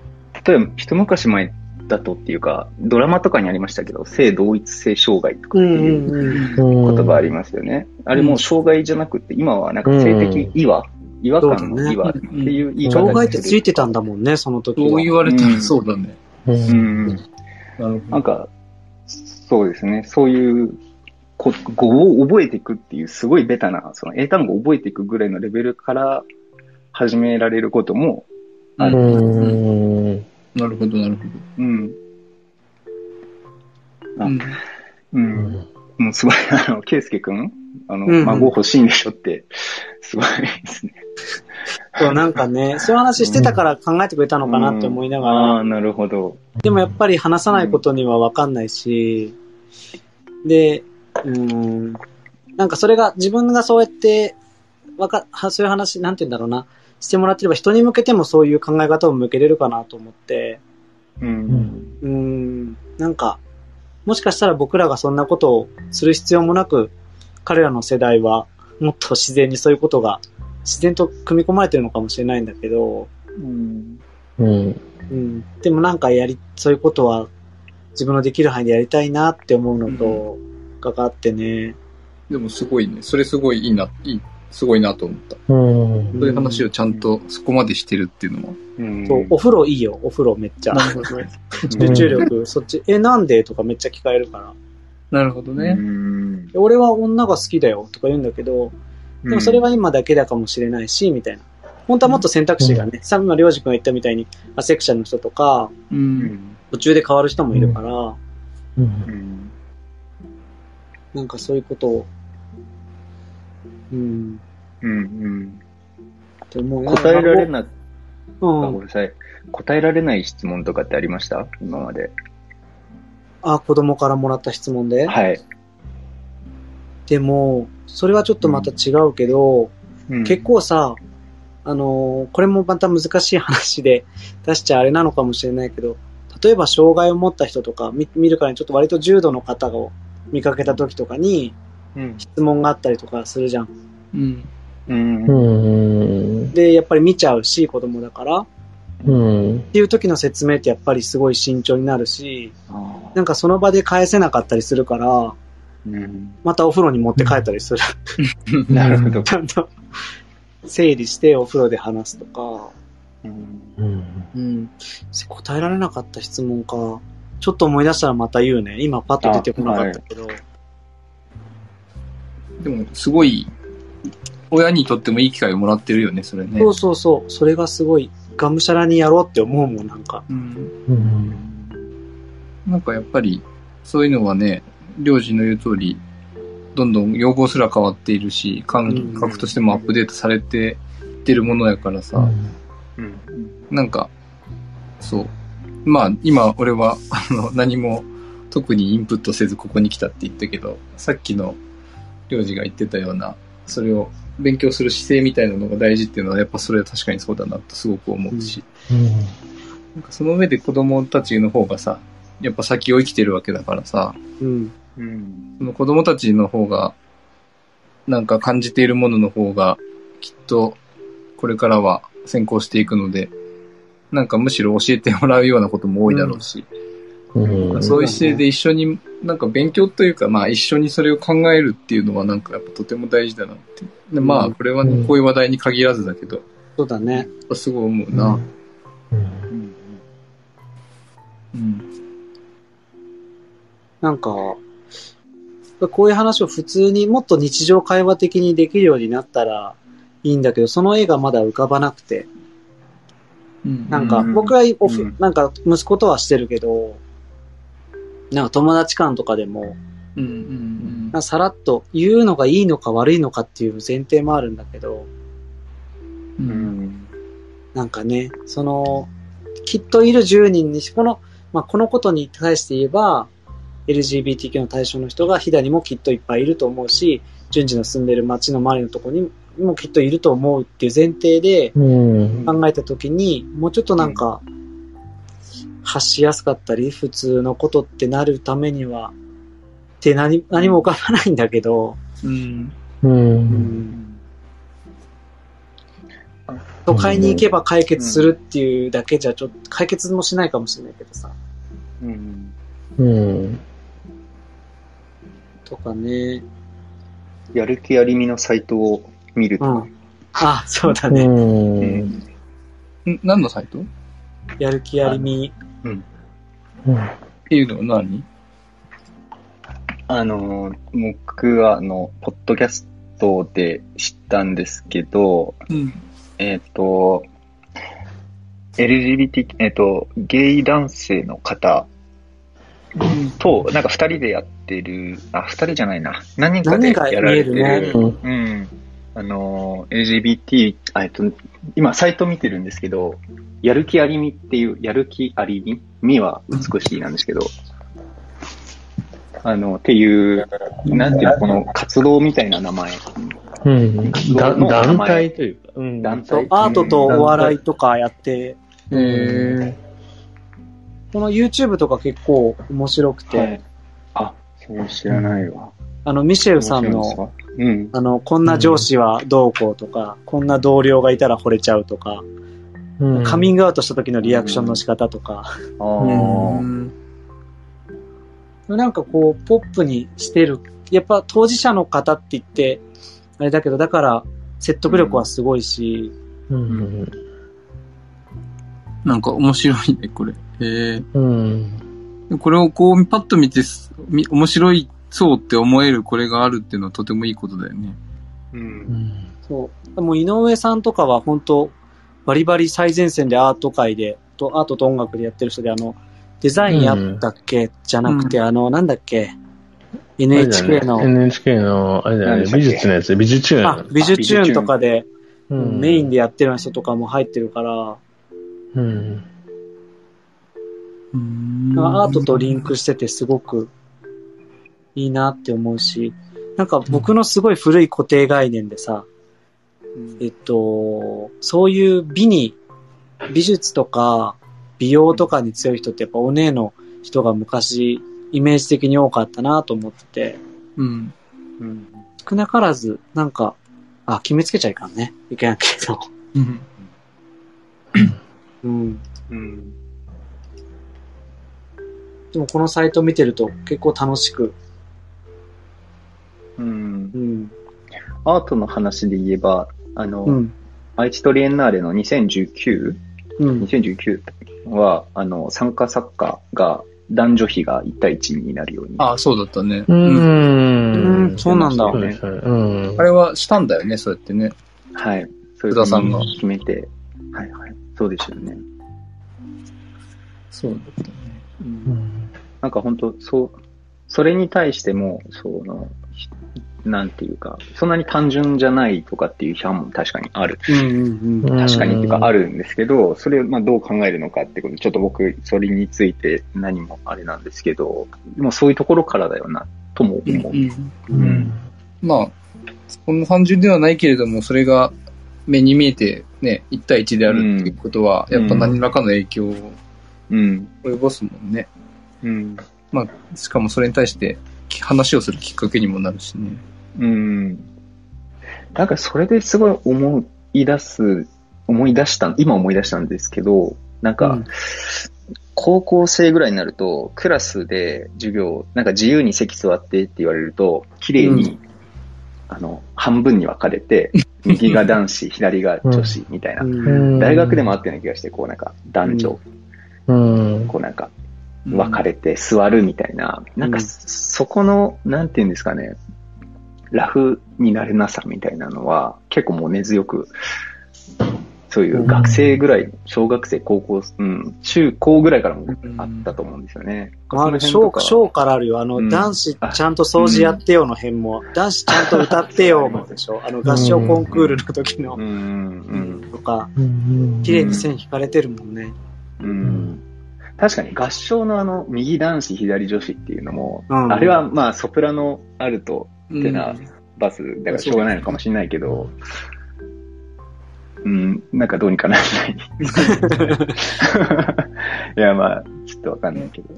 例えば一昔前だとっていうか、ドラマとかにありましたけど、性同一性障害とかっていう言葉ありますよね。あれもう障害じゃなくて、今はなんか性的違和感の違和っていう言い方、 障害ってついてたんだもんね、その時は。 そう言われたらそうだね。 なんか、そうですね。そういう語を覚えていくっていう、すごいベタな、その英単語を覚えていくぐらいのレベルから始められることもある。 なるほど、なるほど。 もうすごい、ケイスケくん孫欲しいんでしょって、すごいですね。 そう、なんかね、そういう話してたから考えてくれたのかなって思いながら。 ああ、なるほど。 でもやっぱり話さないことには分かんないし、で、なんかそれが自分がそうやってそういう話なんて言うんだろうなしてもらってれば人に向けてもそういう考え方を向けれるかなと思って、なんかもしかしたら僕らがそんなことをする必要もなく彼らの世代はもっと自然にそういうことが自然と組み込まれてるのかもしれないんだけど、でもなんかそういうことは自分のできる範囲でやりたいなって思うのとがあってね。 でもすごいね。それすごいすごいなと思った。そういう話をちゃんとそこまでしてるっていうのは。 そう、お風呂いいよ、お風呂めっちゃ。集中力、そっち、なんでとかめっちゃ聞かれるから。 なるほどね。 俺は女が好きだよとか言うんだけど、でもそれは今だけだかもしれないし、みたいな。本当はもっと選択肢がね、今、りょうじくんが言ったみたいに、アセクシャルの人とか、途中で変わる人もいるから、なんかそういうことを、 答えられな、ごめんなさい。答えられない質問とかってありました今まで。 子供からもらった質問で？ はい。 でも、それはちょっとまた違うけど、結構さ、これもまた難しい話で出しちゃあれなのかもしれないけど、例えば障害を持った人とか見るからにちょっと割と重度の方を見かけた時とかに質問があったりとかするじゃん。で、やっぱり見ちゃうし、子供だから。っていう時の説明ってやっぱりすごい慎重になるし、なんかその場で返せなかったりするから、またお風呂に持って帰ったりする。 なるほど。 ちゃんと整理してお風呂で話すとか。答えられなかった質問か。ちょっと思い出したらまた言うね。今パッと出てこなかったけど。 でもすごい親にとってもいい機会をもらってるよね、それね。 そう。それがすごいがむしゃらにやろうって思うもん、なんか。 なんかやっぱりそういうのはね、領事の言う通り、どんどん要望すら変わっているし、感覚としてもアップデートされていってるものやからさ、なんか、そう。まあ今俺は何も特にインプットせずここに来たって言ったけど、さっきの領事が言ってたような、それを勉強する姿勢みたいなのが大事っていうのはやっぱそれは確かにそうだなとすごく思うし、なんかその上で子供たちの方がさ、やっぱ先を生きてるわけだからさ、その子供たちの方がなんか感じているものの方がきっとこれからは先行していくので、なんかむしろ教えてもらうようなことも多いだろうし、そういう姿勢で一緒になんか勉強というか、まあ一緒にそれを考えるっていうのはなんかやっぱとても大事だなって。でまあこれはね、こういう話題に限らずだけど、 そうだね。 すごい思うな。 なんかこういう話を普通にもっと日常会話的にできるようになったらいいんだけど、その絵がまだ浮かばなくて、なんか僕はなんか息子とはしてるけど、なんか友達間とかでも、さらっと言うのがいいのか悪いのかっていう前提もあるんだけど、なんかね、きっといる10人にこのことに対して言えば、LGBTQ の対象の人が飛騨にもきっといっぱいいると思うし、順次の住んでる町の周りのところにもきっといると思うっていう前提で考えたときに、もうちょっとなんか発しやすかったり、普通のことってなるためにはって何も浮かばないんだけど、 都会に行けば解決するっていうだけじゃちょっと解決もしないかもしれないけどさ。とかね。 やる気ありみのサイトを見ると。 あ、そうだね。 何のサイト？ やる気ありみ。 っていうのは何？僕はポッドキャストで知ったんですけど、LGBT、ゲイ男性の方と、なんか二人でやってる、二人じゃないな。何人かでやられてる、LGBT、今サイト見てるんですけど、やる気ありみっていう、やる気ありみ？みは美しいなんですけど、っていう、なんていうの、この活動みたいな名前。 団体というか、 団体。 アートとお笑いとかやって、この YouTube とか結構面白くて。 そう知らないわ。 ミシェルさんの、こんな上司はどうこうとか、こんな同僚がいたら惚れちゃうとか、カミングアウトした時のリアクションの仕方とか。なんかこう、ポップにしてる。やっぱ当事者の方って言って、あれだけど、だから説得力はすごいし。 なんか面白いね、これ。これをこうパッと見て、面白いそうって思えるこれがあるっていうのはとてもいいことだよね。 そう。もう井上さんとかは本当バリバリ最前線でアート界で、アートと音楽でやってる人でデザインやったっけ、じゃなくて、なんだっけ NHK の。 NHK の、あれだよね、美術のやつ、美術チューン。 美術チューンとかで、メインでやってる人とかも入ってるから、アートとリンクしててすごくいいなって思うし、なんか僕のすごい古い固定概念でさ、そういう美術とか美容とかに強い人ってやっぱお姉の人が昔イメージ的に多かったなと思ってて、少なからずなんか決めつけちゃいかんね、いけないけど、でもこのサイト見てると結構楽しく、 アートの話で言えば愛知トリエンナーレの2019は、参加作家が男女比が1対1になるように。 そうだったね。 そうなんだ。 あれはしたんだよね、そうやってね。 はい。そういうふうに決めて。はいはい。そうですよね。 そうだったね。 なんか本当それに対しても、なんていうか、そんなに単純じゃないとかっていう批判も確かにある。確かにっていうかあるんですけど、それをどう考えるのかってことで、ちょっと僕、それについて何もあれなんですけど、もうそういうところからだよな、とも思う。 まあ、そんな単純ではないけれども、それが目に見えてね、1対1であるっていうことは、やっぱ何らかの影響を及ぼすもんね。まあ、しかもそれに対して話をするきっかけにもなるしね。 なんかそれですごい思い出したんですけど、なんか、高校生ぐらいになると、クラスで授業、なんか自由に席座ってって言われると、綺麗に、半分に分かれて、右が男子、左が女子みたいな。大学でもあったような気がして、こうなんか男女、こうなんか、分かれて座るみたいな、なんかそこの、なんていうんですかね、ラフになれなさみたいなのは、結構もう根強く、そういう学生ぐらい、小学生、高校、中高ぐらいからもあったと思うんですよね。 小からあるよ。男子ちゃんと掃除やってよの辺も、男子ちゃんと歌ってよもでしょ。合唱コンクールの時の、とか、綺麗に線引かれてるもんね。 確かに合唱の右男子左女子っていうのも、あれはまあソプラノアルトってなバスだからしょうがないのかもしれないけど、なんかどうにかならない。いやまあちょっとわかんないけど。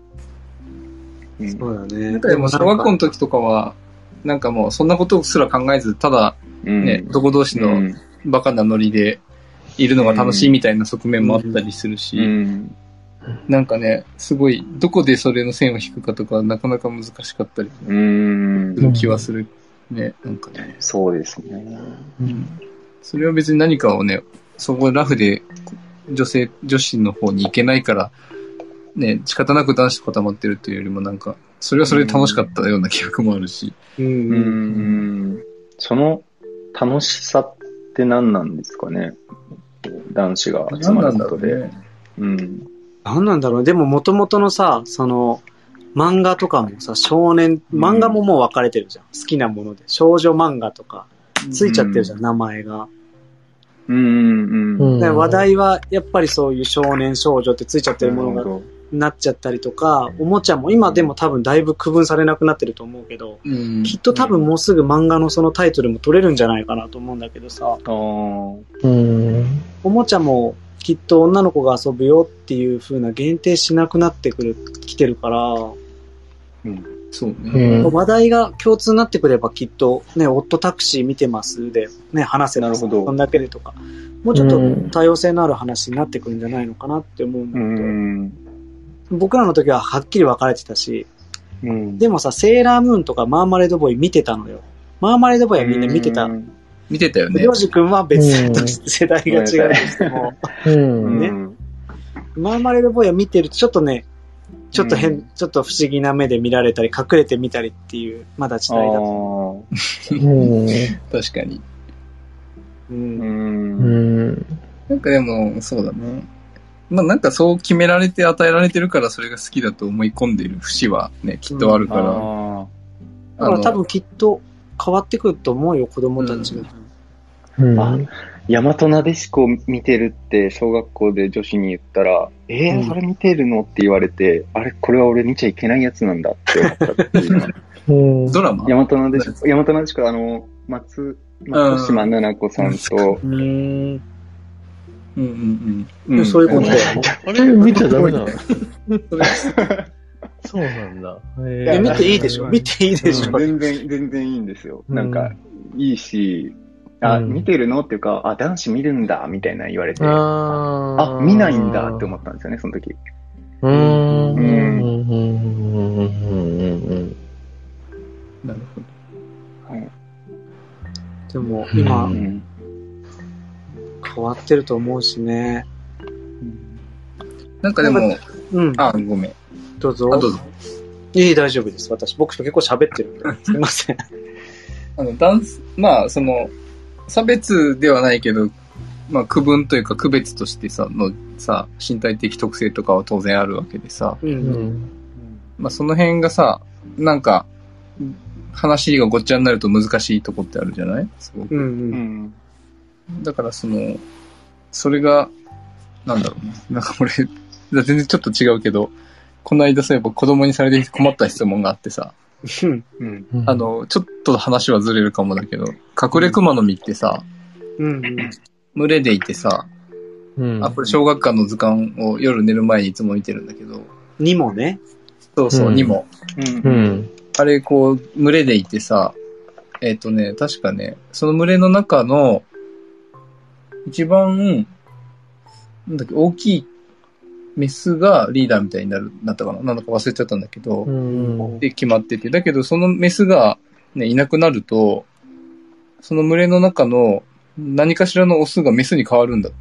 そうだね。 でも小学校の時とかはなんかもうそんなことすら考えず、ただね、男同士のバカなノリでいるのが楽しいみたいな側面もあったりするし、なんかね、すごい、どこでそれの線を引くかとか、なかなか難しかったりする気はするね、なんかね。 そうですね。 それは別に何かをね、そこラフで女子の方に行けないから、ね、仕方なく男子と固まってるというよりもなんか、それはそれで楽しかったような記憶もあるし。 その楽しさって何なんですかね、男子が集まることで。 何なんだろう。でも元々のさ、その、漫画とかもさ、漫画ももう分かれてるじゃん。好きなもので。少女漫画とか、ついちゃってるじゃん、名前が。話題は、やっぱりそういう少年少女ってついちゃってるものが、なっちゃったりとか、おもちゃも今でも多分だいぶ区分されなくなってると思うけど、きっと多分もうすぐ漫画のそのタイトルも取れるんじゃないかなと思うんだけどさ。おもちゃも、きっと女の子が遊ぶよっていう風な限定しなくなってきてるから、 そうね。 話題が共通になってくればきっとね、オットタクシー見てますでね、話せばそんだけでとか、もうちょっと多様性のある話になってくるんじゃないのかなって思うんだけど、僕らの時ははっきり分かれてたし、でもさ、セーラームーンとかマーマレードボーイ見てたのよ。マーマレードボーイはみんな見てた。 見てたよね。 りょうじくんは別として世代が違うとしても、ね。マーマレードボーイは見てるとちょっとね、ちょっとちょっと不思議な目で見られたり、隠れてみたりっていう、まだ時代だと。 確かに。なんかでも、そうだね。まあなんかそう決められて与えられてるからそれが好きだと思い込んでいる節はね、きっとあるから。 だから多分きっと変わってくると思うよ、子供たちが。 大和なでしこ見てるって小学校で女子に言ったら、それ見てるのって言われて、あれ、これは俺見ちゃいけないやつなんだって思ったっていう。 ドラマ？ 大和なでしこ、松島菜々子さんと、 そういうことだよ。 あれ見ちゃダメなの？そうなんだ。 見ていいでしょ？見ていいでしょ？ 全然いいんですよ。なんか、いいし、見てるのっていうか、男子見るんだ、みたいな言われて、見ないんだって思ったんですよね、その時。 なるほど。 でも、今、変わってると思うしね。 なんかでも、ごめん。 どうぞ。 どうぞ。 大丈夫です。僕結構喋ってるんで。すいません。 まあ、その、差別ではないけど、まあ、区分というか区別として身体的特性とかは当然あるわけでさ。まあ、その辺がさ、なんか、話がごっちゃになると難しいとこってあるじゃない？すごく。だからそれが、なんだろうね。なんか俺、全然ちょっと違うけど、この間そういえば子供にされて困った質問があってさ、ちょっと話はずれるかもだけど、隠れ熊の実ってさ、群れでいてさ、これ小学館の図鑑を夜寝る前にいつも見てるんだけど、 にもね。 そう、にも。あれ、こう、群れでいてさ、確かね、その群れの中の、一番、大きいメスがリーダーみたいになったかな？なんだか忘れちゃったんだけど、で、決まってて。だけど、そのメスが、ね、いなくなると、その群れの中の何かしらのオスがメスに変わるんだって。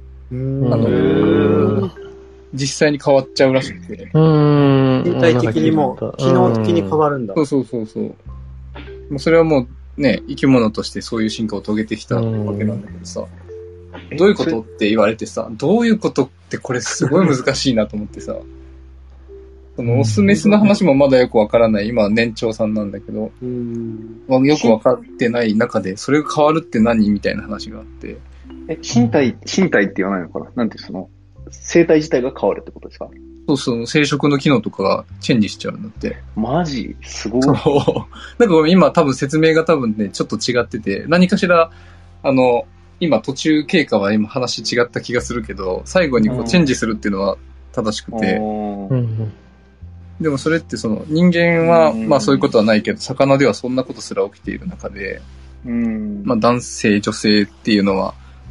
実際に変わっちゃうらしくて。 身体的にも、機能的に変わるんだ。 そう。もうそれはもうね、生き物としてそういう進化を遂げてきたわけなんだけどさ。どういうことって言われてさ、どういうことってこれすごい難しいなと思ってさ。そのオスメスの話もまだよくわからない。今は年長さんなんだけど、よくわかってない中で、それが変わるって何みたいな話があって。 身体って言わないのかな？なんて生体自体が変わるってことですか？ そう、生殖の機能とかがチェンジしちゃうんだって。 マジ？すごい。 なんか今多分説明が多分ね、ちょっと違ってて、何かしら、今途中経過は今話違った気がするけど、最後にこうチェンジするっていうのは正しくて、でもそれって人間はまあそういうことはないけど、魚ではそんなことすら起きている中で、まあ男性、女性っていうのは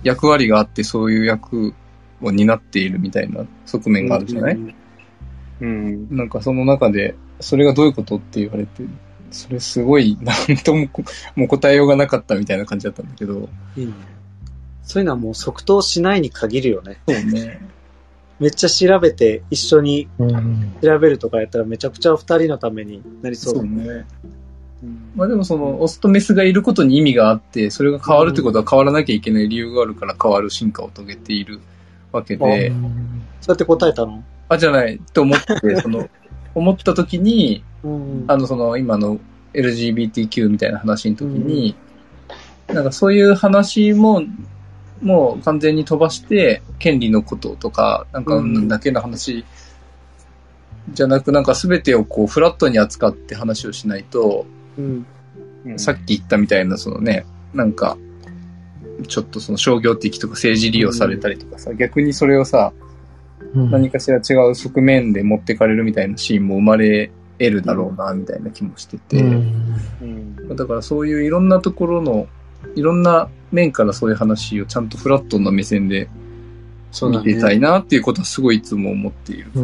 役割があってそういう役を担っているみたいな側面があるじゃない？なんかその中で、それがどういうことって言われて、それすごい、なんとも、もう答えようがなかったみたいな感じだったんだけど。 いいね。そういうのはもう即答しないに限るよね。 そうね。 めっちゃ調べて一緒に調べるとかやったらめちゃくちゃ二人のためになりそうだね。 そうね。まあでもそのオスとメスがいることに意味があって、それが変わるってことは変わらなきゃいけない理由があるから変わる進化を遂げているわけで。 そうやって答えたの？ じゃないと思って、思った時に、その今の LGBTQ みたいな話の時に、なんかそういう話もう完全に飛ばして、権利のこととか、なんかだけの話じゃなく、なんか全てをこうフラットに扱って話をしないと、さっき言ったみたいなそのね、なんか、ちょっとその商業的とか政治利用されたりとかさ、逆にそれをさ、何かしら違う側面で持ってかれるみたいなシーンも生まれ得るだろうな、みたいな気もしてて。だからそういういろんなところの、いろんな面からそういう話をちゃんとフラットな目線で見てたいなっていうことはすごいいつも思っている。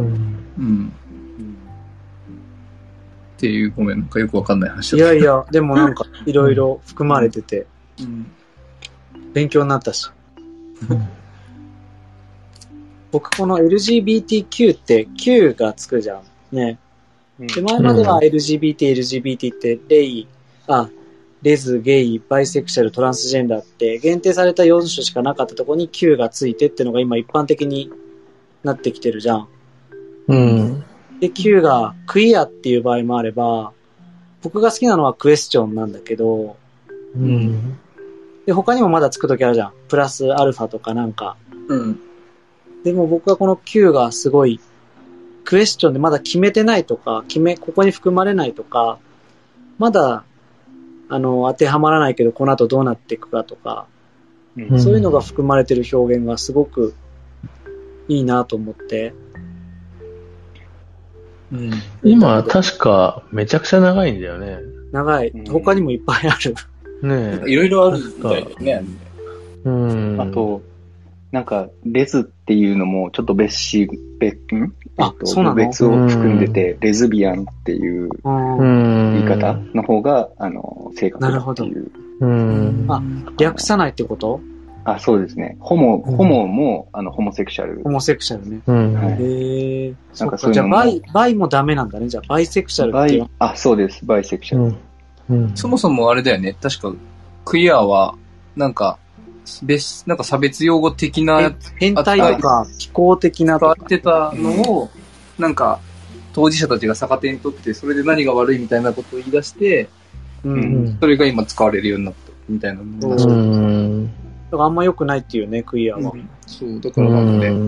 っていう、ごめん、なんかよくわかんない話だった。 いやいや、でもなんかいろいろ含まれてて、勉強になったし。僕この LGBTQ って Q がつくじゃん。ね。で、前までは LGBT ってレズ、ゲイ、バイセクシャル、トランスジェンダーって限定された4種しかなかったところに Q がついてってのが今一般的になってきてるじゃん。で、Q がクイアっていう場合もあれば、僕が好きなのはクエスチョンなんだけど、で、他にもまだつくときあるじゃん。プラスアルファとかなんか。でも僕はこの Q がすごいクエスチョンでまだ決めてないとか、ここに含まれないとか、まだ、当てはまらないけど、この後どうなっていくかとか、そういうのが含まれてる表現がすごくいいなと思って。 今、確かめちゃくちゃ長いんだよね。 長い。他にもいっぱいある。 ねえ。いろいろあるみたいだよね。 あと、なんか、レズっていうのもちょっと別を含んでて、レズビアンっていう言い方の方が、正確だっていう。 略さないってこと？ そうですね。ホモも、ホモセクシャル。 ホモセクシャルね。なんかそういうじゃあ、バイもダメなんだね。じゃあ、バイセクシャルっていう。 そうです。バイセクシャル。そもそもあれだよね。確か、クイアは、なんか差別用語的な変態とか気候的な使ってたのを、なんか当事者たちが逆手にとってそれで何が悪いみたいなことを言い出して、それが今使われるようになったみたいなのが、 だからあんま良くないっていうね、クイアは。 そうだからなんで、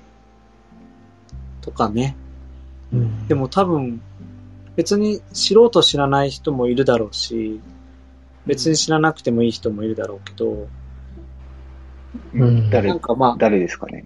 とかね。でも多分別に知ろうと知らない人もいるだろうし、別に知らなくてもいい人もいるだろうけど。 誰ですかね。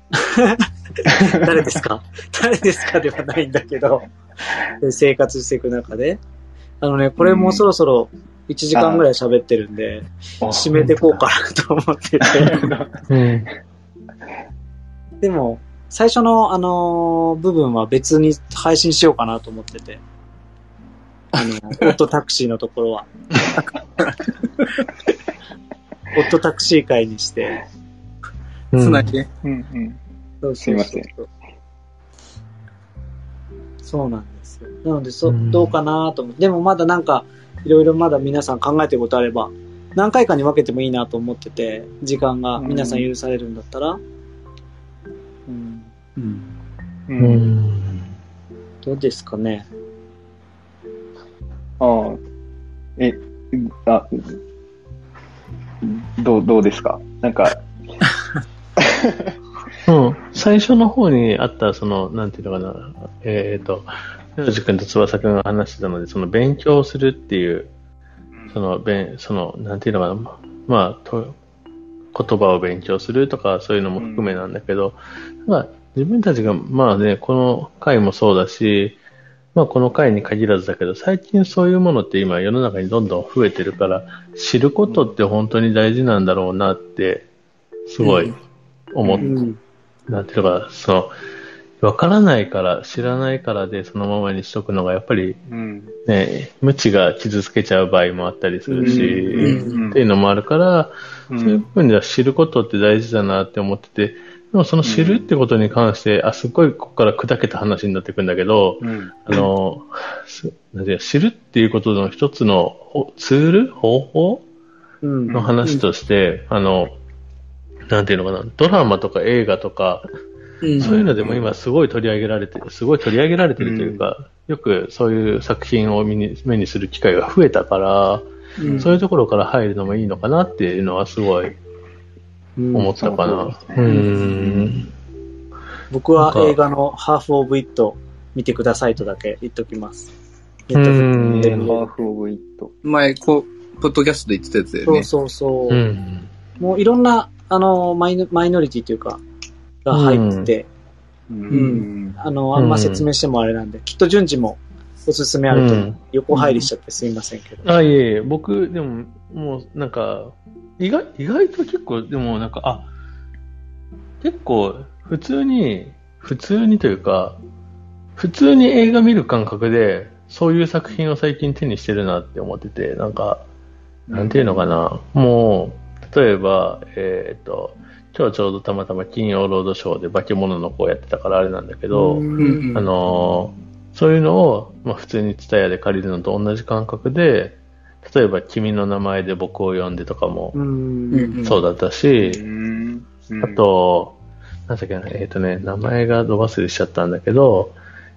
誰ですかではないんだけど、生活していく中で。これもうそろそろ1時間ぐらい喋ってるんで、締めてこうかなと思ってて。でも、最初の部分は別に配信しようかなと思ってて。オットタクシーのところは。オットタクシー会にして。 つないで。 すいません。 そうなんですよ。なので、どうかなと思って。でもまだなんか、いろいろまだ皆さん考えてることあれば、何回かに分けてもいいなと思ってて、時間が皆さん許されるんだったら。どうですかね。 どうですか？なんか最初の方にあった、なんていうのかな、ヨウジ君と翼君が話してたので、勉強するっていう、なんていうのかな、言葉を勉強するとか、そういうのも含めなんだけど、自分たちが、この回もそうだし、この回に限らずだけど、最近そういうものって今世の中にどんどん増えてるから、知ることって本当に大事なんだろうなってすごい思って、なんていうか、わからないから、知らないからでそのままにしとくのがやっぱり、ね、無知が傷つけちゃう場合もあったりするし、っていうのもあるから、そういう部分では知ることって大事だなって思ってて、でもその知るってことに関して、すごいここから砕けた話になってくるんだけど、知るっていうことの一つのツール方法の話として、なんていうのかな、ドラマとか映画とか、そういうのでも今すごい取り上げられてるというか、よくそういう作品を目にする機会が増えたから、そういうところから入るのもいいのかなっていうのはすごい思ったかな。 僕は映画のハーフオブイット見てくださいとだけ言っときます。 ハーフオブイット。 前、ポッドキャストで言ってたやつだよね。 そう。もういろんな、マイノリティというか、が入ってて、あんま説明してもあれなんで、きっと順次もおすすめあると、横入りしちゃってすいませんけど。 いえいえ、僕、でも、もうなんか、意外と結構、でもなんか、結構、普通にというか、普通に映画見る感覚で、そういう作品を最近手にしてるなって思ってて、なんか、なんていうのかな、もう、例えば、今日ちょうどたまたま金曜ロードショーで化け物の子をやってたからあれなんだけど、そういうのを、普通にTSUTAYAで借りるのと同じ感覚で、例えば君の名前で僕を呼んでとかもそうだったし、あと、なんだっけな、名前がど忘れしちゃったんだけど、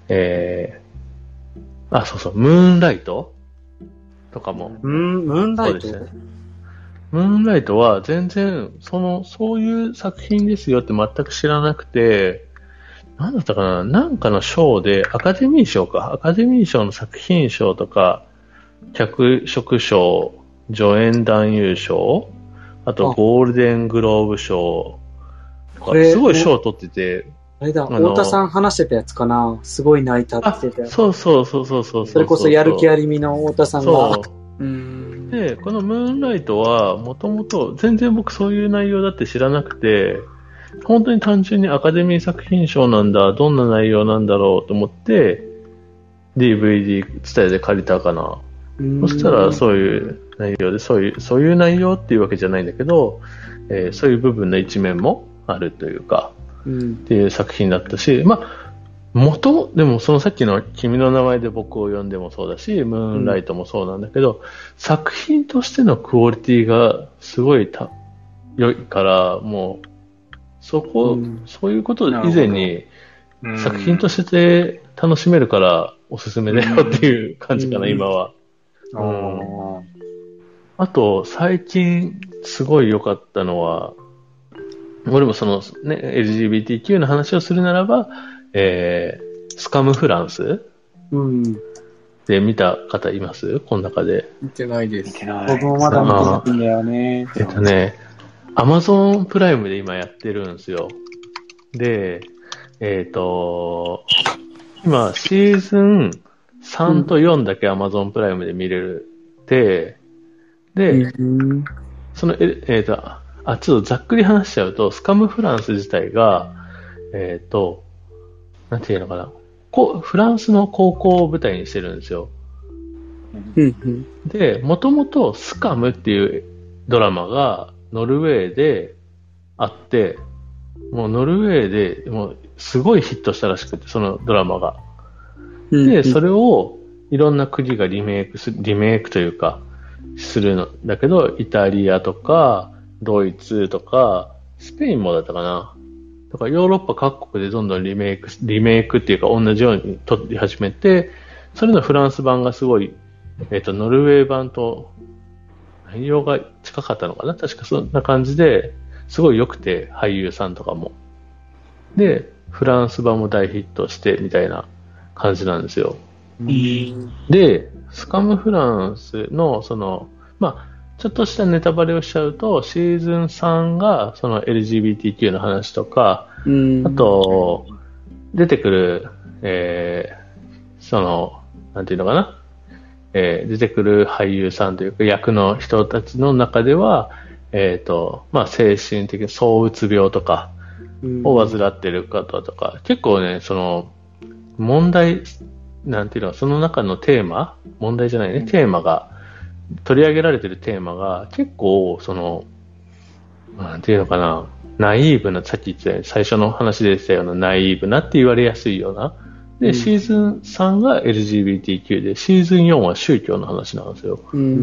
そう、ムーンライトとかも。 ムーンライト？ ムーンライトは全然、そういう作品ですよって全く知らなくて、なんだったかな、なんかの賞で、アカデミー賞の作品賞とか、脚色賞、助演男優賞、あとゴールデングローブ賞、すごい賞を取ってて、 あれだ、太田さん話してたやつかな、すごい泣いたって言ってたやつ。 そう。 それこそやる気ありみの太田さんが。 で、このムーンライトは、もともと全然僕そういう内容だって知らなくて、本当に単純にアカデミー作品賞なんだ、どんな内容なんだろうと思って、DVD 伝えで借りたかな。そしたらそういう内容で、そういう内容っていうわけじゃないんだけど、そういう部分の一面もあるというか、っていう作品だったし、でもそのさっきの君の名前で僕を呼んでもそうだし、ムーンライトもそうなんだけど、作品としてのクオリティがすごい良いから、もう、そういうこと以前に、作品として楽しめるからおすすめだよっていう感じかな、今は。あと、最近すごい良かったのは、俺もLGBTQ の話をするならば、スカムフランスで見た方います？この中で。 見てないです。 僕もまだ見てないんだよね。 Amazon プライムで今やってるんですよ。で、今、シーズン3と4だけ Amazon プライムで見れるって、で、ちょっとざっくり話しちゃうと、スカムフランス自体が、なんていうのかな、フランスの高校を舞台にしてるんですよ。で、もともとスカムっていうドラマがノルウェーであって、もうノルウェーでもうすごいヒットしたらしくて、そのドラマが。で、それをいろんな国がリメイクというか、するんだけど、イタリアとか、ドイツとか、スペインもだったかな。だからヨーロッパ各国でどんどんリメイクっていうか同じように撮り始めて、それのフランス版がすごい、ノルウェー版と内容が近かったのかな。確かそんな感じで、すごい良くて、俳優さんとかも。で、フランス版も大ヒットしてみたいな感じなんですよ。で、スカムフランスのちょっとしたネタバレをしちゃうと、シーズン3がその LGBTQ の話とか、あと、出てくる、なんていうのかな、出てくる俳優さんというか役の人たちの中では、 まあ、精神的躁うつ病とかを患っている方とか、結構ね、その、問題、なんていうの、その中のテーマ、問題じゃないね、テーマが、取り上げられているテーマが、結構、その、なんていうのかな、ナイーブな、さっき言ってた最初の話でしたようなナイーブなって言われやすいような。で、シーズン3が LGBTQ で、シーズン4は宗教の話なんですよ。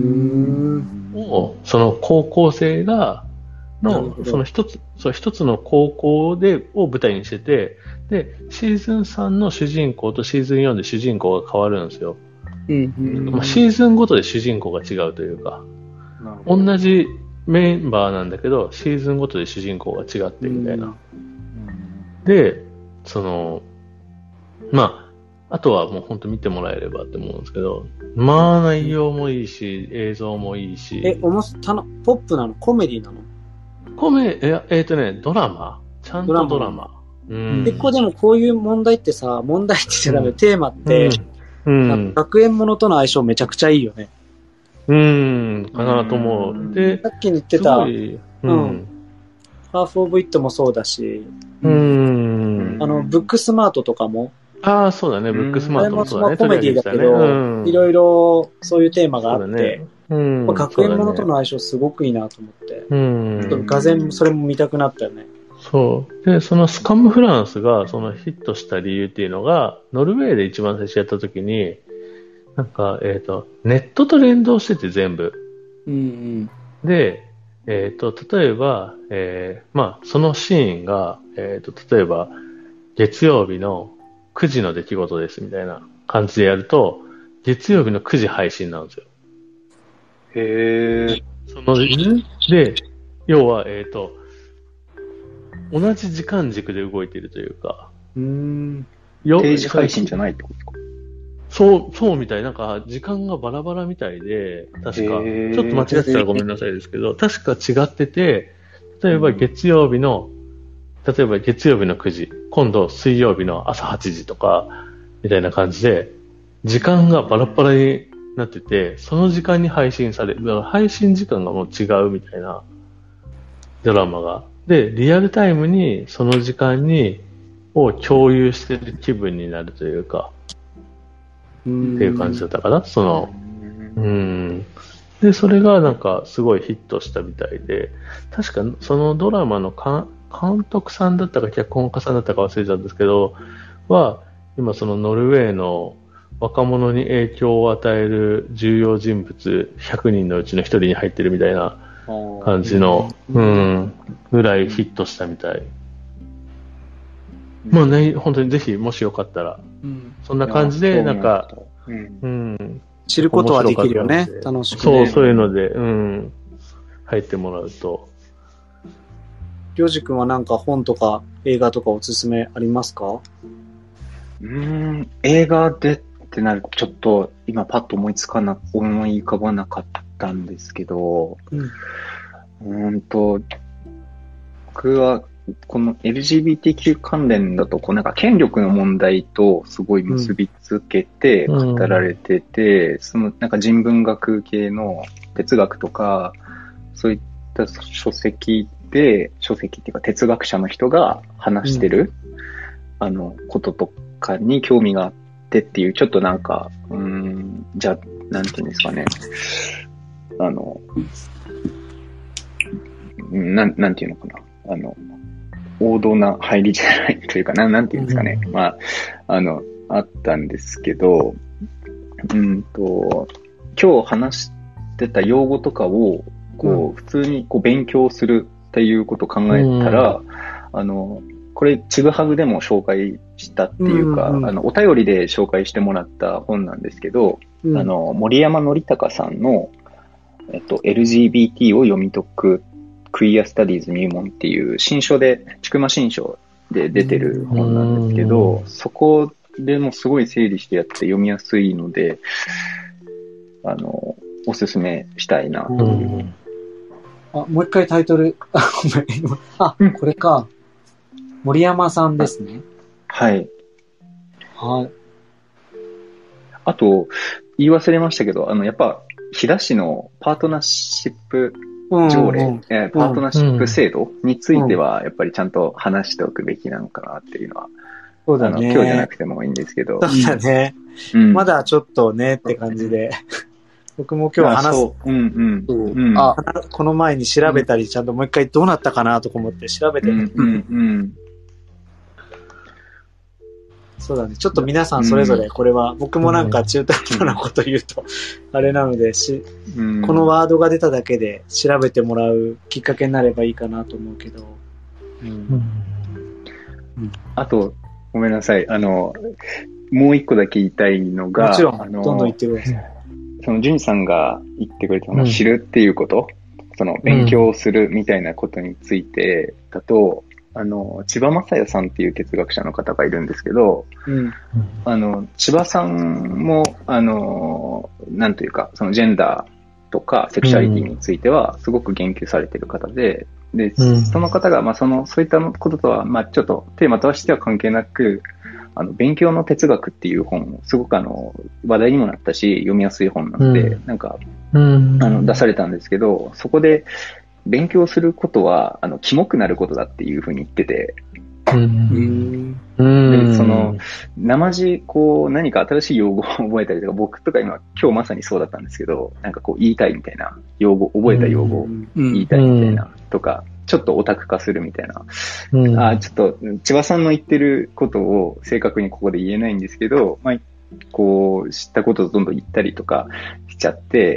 その高校生が、その一つの高校を舞台にしてて、で、シーズン3の主人公とシーズン4で主人公が変わるんですよ。まあ、シーズンごとで主人公が違うというか、同じメンバーなんだけど、シーズンごとで主人公が違ってみたいな。で、その、まあ、あとはもう本当見てもらえればって思うんですけど、まあ内容もいいし、映像もいいし。 ポップなの？コメディなの？ ドラマ。ちゃんとドラマ。 結構でもこういう問題ってさ、問題って言っちゃダメ、テーマって、学園ものとの相性めちゃくちゃいいよね。 かなと思う。で、 さっき言ってた、ハーフオブイットもそうだし、ブックスマートとかも、 そうだね、ブックスマートもそうだね。 コメディだけど、いろいろそういうテーマがあって、学園ものとの相性すごくいいなと思って、ちょっとがぜんそれも見たくなったよね。 そう。で、そのスカムフランスがそのヒットした理由っていうのが、ノルウェーで一番最初やった時に、なんか、ネットと連動してて全部。で、例えば、まあ、そのシーンが、例えば、月曜日の9時の出来事ですみたいな感じでやると、月曜日の9時配信なんですよ。 へー。で、要は、同じ時間軸で動いているというか。 定時配信じゃないってことですか？ そうみたい。なんか、時間がバラバラみたいで、確か、ちょっと間違ってたらごめんなさいですけど、確か違ってて、例えば月曜日の9時、今度水曜日の朝8時とか、みたいな感じで、時間がバラバラになってて、その時間に配信される。だから配信時間がもう違うみたいなドラマが。で、リアルタイムにその時間を共有してる気分になるというか、っていう感じだったかな。で、それがなんかすごいヒットしたみたいで、確かそのドラマの監督さんだったか脚本家さんだったか忘れちゃうんですけど、今そのノルウェーの若者に影響を与える重要人物100人のうちの1人に入ってるみたいな感じの、ぐらいヒットしたみたい。まあね、本当にぜひもしよかったら、そんな感じでなんか、 知ることはできるよね。楽しくね。 そういうので、入ってもらうと。 りょうじくんはなんか本とか映画とかおすすめありますか？ 映画でってなるとちょっと今パッと思い浮かばなかったんですけど、僕はこの LGBTQ 関連だとなんか権力の問題とすごい結びつけて語られてて、そのなんか人文学系の哲学とかそういった書籍っていうか哲学者の人が話してる、こととかに興味があってっていう、ちょっとなんか、じゃあ、なんていうんですかね。なんていうのかな。王道な入りじゃないというか、なんていうんですかね。まあ、あったんですけど、今日話してた用語とかを、普通に勉強するっていうことを考えたら、これ、ちぐはぐでも紹介したっていうか、お便りで紹介してもらった本なんですけど、森山則隆さんの、LGBT を読み解くクイアスタディーズ入門っていう新書で、千曲新書で出てる本なんですけど、そこでもすごい整理してやって読みやすいので、おすすめしたいなという。 もう一回タイトル、ごめん。これか。森山さんですね。 はい。 はい。 あと、言い忘れましたけど、やっぱ、飛騨市のパートナーシップ条例、パートナーシップ制度については、やっぱりちゃんと話しておくべきなのかなっていうのは、 そうだね。 今日じゃなくてもいいんですけど。 そうだね。まだちょっとねって感じで。僕も今日話す。この前に調べたり、ちゃんともう一回どうなったかなとか思って調べてる。そうだね。ちょっと皆さんそれぞれ、これは、僕もなんか中途半端なこと言うと、あれなのでこのワードが出ただけで調べてもらうきっかけになればいいかなと思うけど。 あと、ごめんなさい。もう一個だけ言いたいのが、 もちろん、どんどん言ってください。 その、ジュンさんが言ってくれたのが、知るっていうこと、その、勉強するみたいなことについてだと、千葉雅也さんっていう哲学者の方がいるんですけど、千葉さんも、なんというか、そのジェンダーとかセクシャリティについては、すごく言及されている方で、その方が、そういったこととは、ちょっとテーマとしては関係なく、勉強の哲学っていう本、すごく話題にもなったし、読みやすい本なので、なんか、出されたんですけど、そこで、勉強することは、キモくなることだっていうふうに言ってて、で、その、生地、何か新しい用語を覚えたりとか、僕とか今日まさにそうだったんですけど、なんか言いたいみたいな、覚えた用語を言いたいみたいな、とか、ちょっとオタク化するみたいな。ちょっと、千葉さんの言ってることを正確にここで言えないんですけど、知ったことをどんどん言ったりとかしちゃって、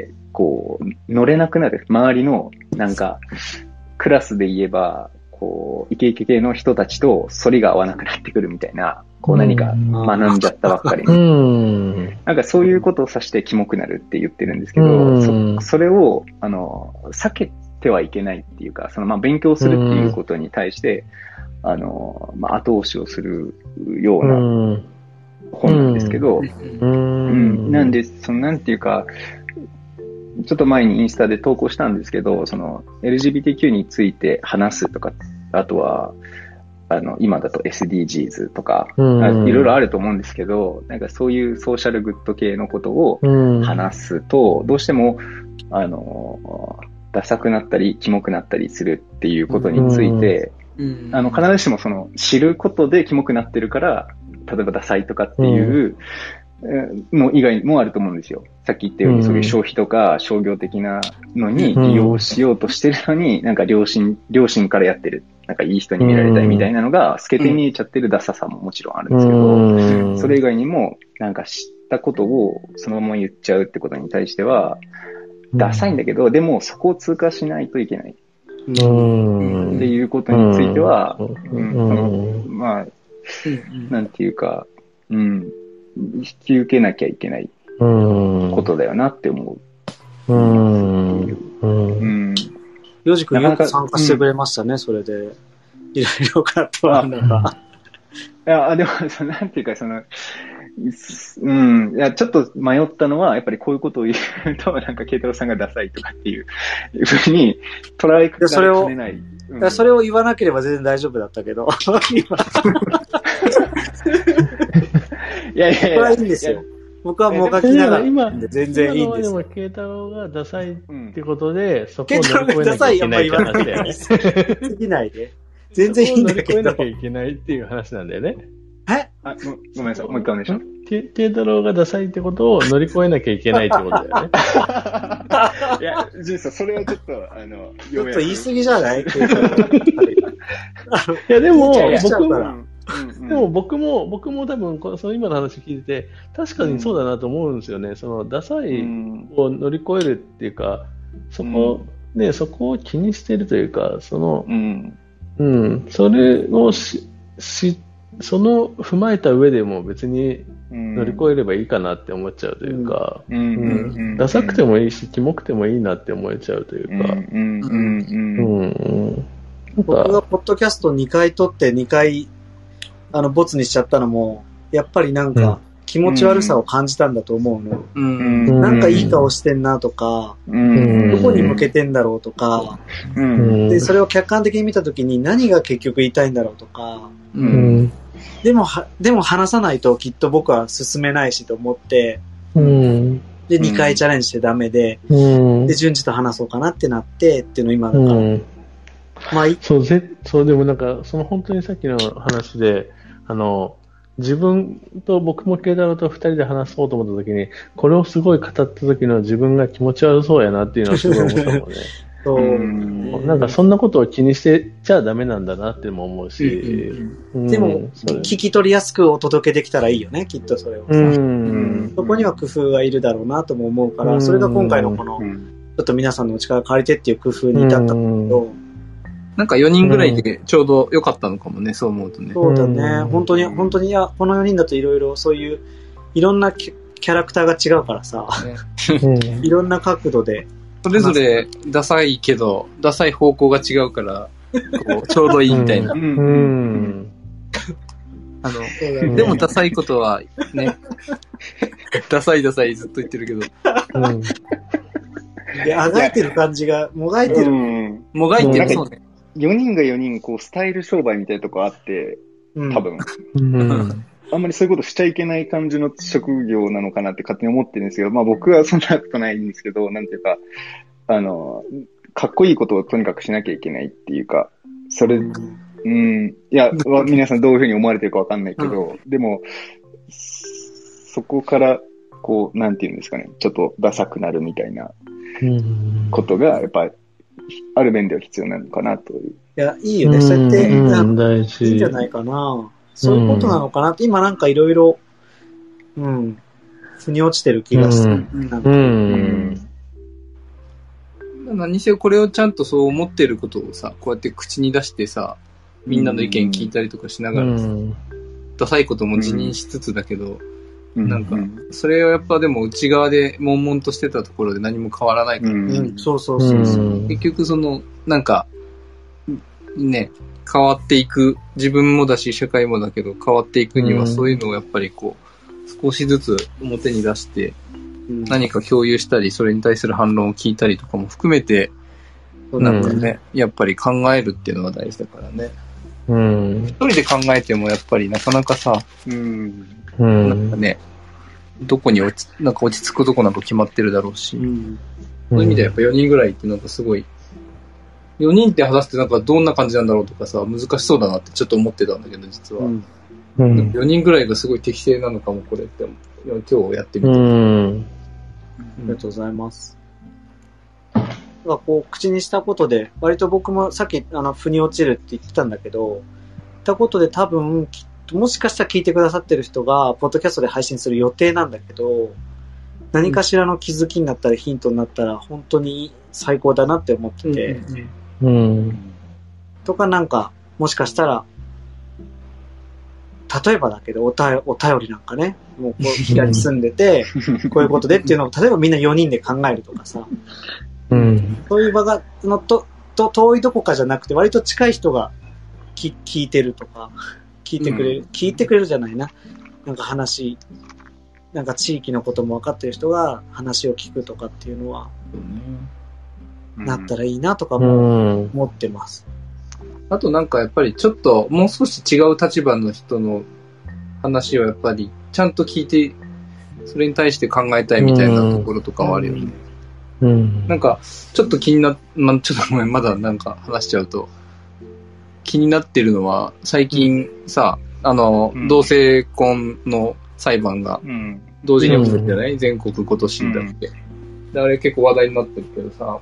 乗れなくなる。周りの、なんか、クラスで言えば、イケイケ系の人たちと反りが合わなくなってくるみたいな、何か学んじゃったばっかりに。なんかそういうことを指してキモくなるって言ってるんですけど、それを、避けてはいけないっていうか、勉強するっていうことに対して、後押しをするような本なんですけど、なんで、なんていうか、ちょっと前にインスタで投稿したんですけど、LGBTQ について話すとか、あとは、今だと SDGs とか、いろいろあると思うんですけど、なんかそういうソーシャルグッド系のことを話すと、どうしても、ダサくなったり、キモくなったりするっていうことについて、必ずしも知ることでキモくなってるから、例えばダサいとかっていう、の以外もあると思うんですよ。さっき言ったように、そういう消費とか商業的なのに利用しようとしてるのに、なんか良心からやってる。なんかいい人に見られたいみたいなのが透けて見えちゃってるダサさももちろんあるんですけど、それ以外にも、なんか知ったことをそのまま言っちゃうってことに対しては、ダサいんだけど、でもそこを通過しないといけない。っていうことについては、なんていうか、引き受けなきゃいけないことだよなって思う。 ヨジ君よく参加してくれましたね、それで。いろいろかとはなんか。 いや、でも、なんていうか、いや、ちょっと迷ったのは、やっぱりこういうことを言うと、なんか、慶太郎さんがダサいとかっていうふうに捉えかねない。 それを言わなければ全然大丈夫だったけど。いや。これはいいんですよ。僕はもがきながら全然いいんですよ。 でも、慶太郎がダサいってことで、そこを乗り越えなきゃいけないって話だよね。 できないで。全然いいんだけど。 乗り越えなきゃいけないっていう話なんだよね。 ごめんなさい。もう一回お願いします。 慶太郎がダサいってことを乗り越えなきゃいけないってことだよね。 いや、実はそれはちょっと、 ちょっと言い過ぎじゃない？いや、でも、僕も多分、その今の話聞いてて、確かにそうだなと思うんですよね。その、ダサいを乗り越えるっていうか、そこを気にしてるというか、それをその踏まえた上でも別に乗り越えればいいかなって思っちゃうというか、ダサくてもいいし、キモくてもいいなって思えちゃうというか、 僕がポッドキャスト2回撮って2回、ボツにしちゃったのも、やっぱりなんか気持ち悪さを感じたんだと思うの。なんかいい顔してんなとか、どこに向けてんだろうとか、で、それを客観的に見たときに何が結局言いたいんだろうとか、でも話さないときっと僕は進めないしと思って、 で、2回チャレンジしてダメで、で、順次と話そうかなってなって、っていうの今だから。まあ、 そう、でもなんか、本当にさっきの話で、自分と僕も慶太郎と2人で話そうと思った時に、これをすごい語った時の自分が気持ち悪そうやなっていうのはすごい思ったもんね。なんかそんなことを気にしてちゃダメなんだなっても思うし、 でも聞き取りやすくお届けできたらいいよね、きっとそれをさ。そこには工夫がいるだろうなとも思うから、それが今回のこのちょっと皆さんのお力借りてっていう工夫に至ったんだけど、 なんか4人ぐらいでちょうど良かったのかもね、そう思うとね。 そうだね、本当にいや、この4人だといろいろそういういろんなキャラクターが違うからさ、いろんな角度で。 それぞれダサいけど、ダサい方向が違うから、こうちょうどいいみたいな。でもダサいことはね、ダサいずっと言ってるけど。 いや、あがいてる感じが、もがいてる。 もがいてる、そうね。 4人が4人、こう、スタイル商売みたいなとこあって、多分。あんまりそういうことしちゃいけない感じの職業なのかなって勝手に思ってるんですけど、まあ僕はそんなことないんですけど、なんていうか、かっこいいことをとにかくしなきゃいけないっていうか、それ、いや、皆さんどういうふうに思われてるかわかんないけど、でも、そこから、こう、なんていうんですかね、ちょっとダサくなるみたいなことが、やっぱり、ある面では必要なのかなという。いや、いいよね。そうやって、いいんじゃないかな。そういうことなのかなって、今なんかいろいろ、腑に落ちてる気がする。 何せよこれをちゃんとそう思ってることをさ、こうやって口に出してさ、みんなの意見聞いたりとかしながらさ、ダサいことも自認しつつだけど、なんか、それをやっぱでも内側で悶々としてたところで何も変わらないから、 そう。 結局なんか、ね、変わっていく、自分もだし社会もだけど変わっていくにはそういうのをやっぱりこう、少しずつ表に出して、何か共有したり、それに対する反論を聞いたりとかも含めて、なんかね、やっぱり考えるっていうのが大事だからね。一人で考えてもやっぱりなかなかさ、なんかね、どこになんか落ち着くとこなんか決まってるだろうし、そういう意味ではやっぱ4人ぐらいってなんかすごい、4人って話してなんかどんな感じなんだろうとかさ、難しそうだなってちょっと思ってたんだけど、実は。4人ぐらいがすごい適正なのかも、これって。今日やってみて。 ありがとうございます。こう、口にしたことで、割と僕もさっき、腑に落ちるって言ってたんだけど、言ったことで多分、もしかしたら聞いてくださってる人が、ポッドキャストで配信する予定なんだけど、何かしらの気づきになったりヒントになったら、本当に最高だなって思ってて、とかなんか、もしかしたら、例えばだけど、お便りなんかね、もうこう、左に住んでて、こういうことでっていうのを、例えばみんな4人で考えるとかさ、そういう場が、遠いどこかじゃなくて、割と近い人が聞いてるとか、聞いてくれるじゃないな。なんかなんか地域のことも分かってる人が話を聞くとかっていうのは、なったらいいなとかも思ってます。 あとなんかやっぱりちょっともう少し違う立場の人の話をやっぱりちゃんと聞いて、それに対して考えたいみたいなところとかはあるよね。なんかちょっと気になっ、ちょっとごめん、まだなんか話しちゃうと、気になってるのは最近さ、同性婚の裁判が同時に起きてるんじゃない？全国今年だって。で、あれ結構話題になってるけどさ、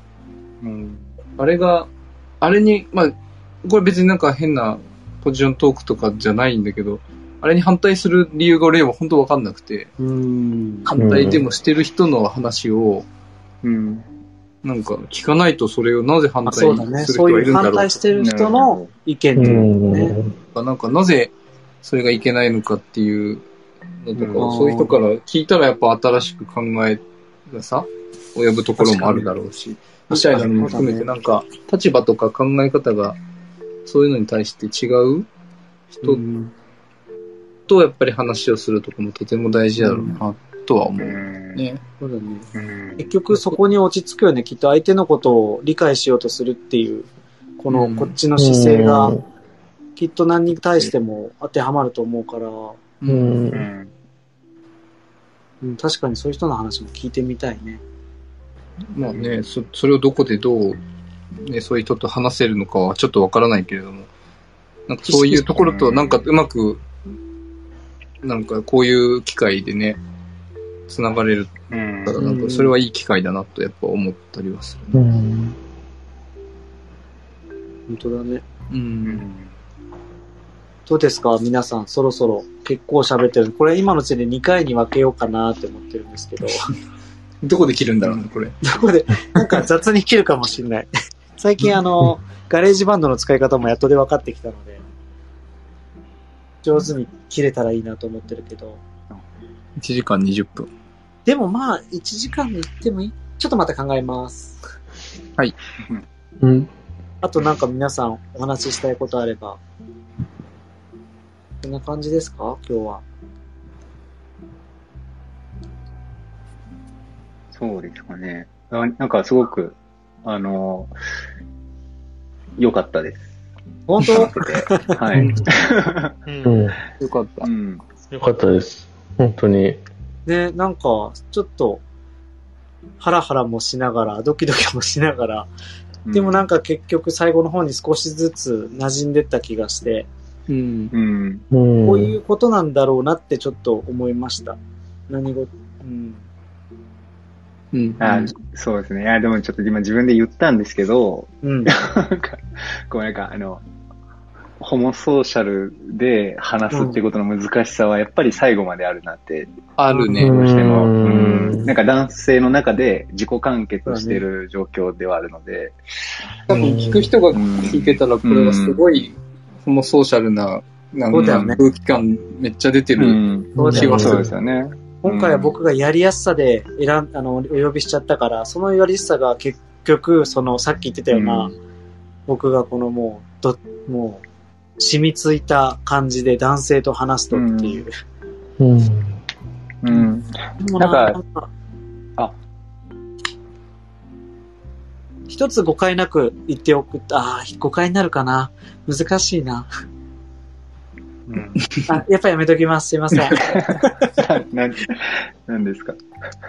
あれに、これ別になんか変なポジショントークとかじゃないんだけど、あれに反対する理由が俺は本当わかんなくて、反対でもしてる人の話を、なんか聞かないとそれをなぜ反対する人がいるんだろう。 そういう反対してる人の意見というね。 なんかなぜそれがいけないのかっていうのとか、そういう人から聞いたらやっぱ新しく考えがさ、及ぶところもあるだろうし、みたいなのも含めてなんか立場とか考え方がそういうのに対して違う人とやっぱり話をするとかもとても大事だろうなとは思うね。 そうだね。結局そこに落ち着くよね。きっと相手のことを理解しようとするっていう、こっちの姿勢がきっと何に対しても当てはまると思うから、 うん、確かにそういう人の話も聞いてみたいね。 まあね、それをどこでどう、ね、そういう人と話せるのかはちょっとわからないけれども、なんかそういうところとなんかうまく、なんかこういう機会でね、つながれるから、なんかそれはいい機会だなとやっぱ思ったりはする、ね。 本当だね。どうですか皆さん、そろそろ結構喋ってる。これ今のうちで2回に分けようかなって思ってるんですけど。 どこで切るんだろうね、これ。 どこで、なんか雑に切るかもしれない。最近ガレージバンドの使い方もやっとで分かってきたので、上手に切れたらいいなと思ってるけど。 1時間20分。 でもまあ、1時間で行ってもいい？ちょっとまた考えます。 はい。 あとなんか皆さんお話ししたいことあれば。こんな感じですか今日は。 そうですかね。なんかすごく、良かったです。 本当？ はい。 よかった。 よかったです。本当に。 ね、なんか、ちょっと、ハラハラもしながら、ドキドキもしながら、でもなんか結局最後の方に少しずつ馴染んでった気がして、こういうことなんだろうなってちょっと思いました。 そうですね。いや、でもちょっと今自分で言ったんですけど、ホモソーシャルで話すってことの難しさはやっぱり最後まであるなって。 あるね。 どうしても。なんか男性の中で自己完結してる状況ではあるので。 多分聞く人が聞いてたらこれはすごいホモソーシャルな、なんか空気感めっちゃ出てる気がする。 そうですよね。 今回は僕がやりやすさでお呼びしちゃったから、そのやりやすさが結局、さっき言ってたような、僕がこのもう、染みついた感じで男性と話すとっていう。なんか、一つ誤解なく言っておく。誤解になるかな。難しいな。やっぱやめときます。すいません。 何ですか？い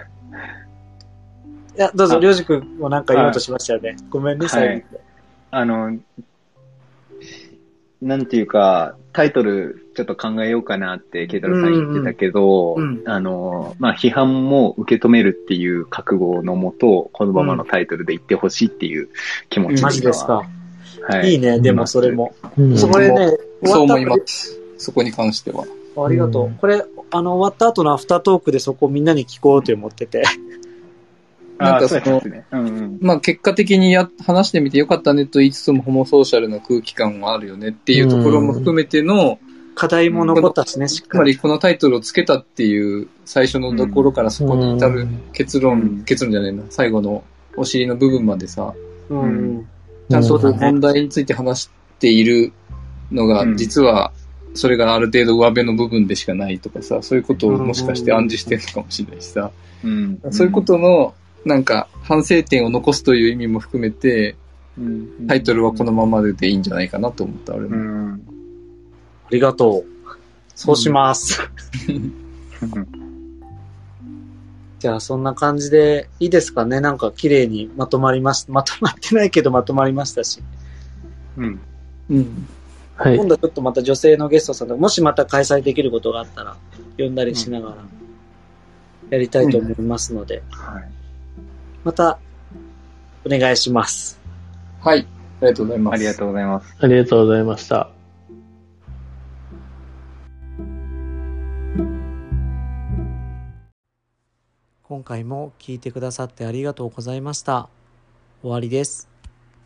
や、どうぞ、りょうじくんもなんか言おうとしましたよね。ごめんね、最後。 なんていうか、タイトルちょっと考えようかなってケイタロウさん言ってたけど、批判も受け止めるっていう覚悟のもと、このままのタイトルで言ってほしいっていう気持ちマジですか。いいね、でもそれも。そこでね、 そう思います。そこに関しては。 ありがとう。これ、終わった後のアフタートークでそこをみんなに聞こうと思ってて。 なんかまあ結果的に話してみてよかったねと言いつつもホモソーシャルな空気感はあるよねっていうところも含めての課題も残ったしね、しっかり。 つまりこのタイトルをつけたっていう最初のところからそこに至る結論じゃないな、最後のお尻の部分までさ、ちゃんと問題について話しているのが、実はそれがある程度上辺の部分でしかないとかさ、そういうことをもしかして暗示してるのかもしれないしさ、そういうことのなんか反省点を残すという意味も含めて、タイトルはこのままでいいんじゃないかなと思った、俺も。 ありがとう。そうします。じゃあそんな感じでいいですかね。なんか綺麗にまとまりました。まとまってないけどまとまりましたし。はい、今度はちょっとまた女性のゲストさんでもしまた開催できることがあったら呼んだりしながらやりたいと思いますので、またお願いします。 はい、ありがとうございます。 ありがとうございます。 ありがとうございました。 今回も聞いてくださってありがとうございました。終わりです。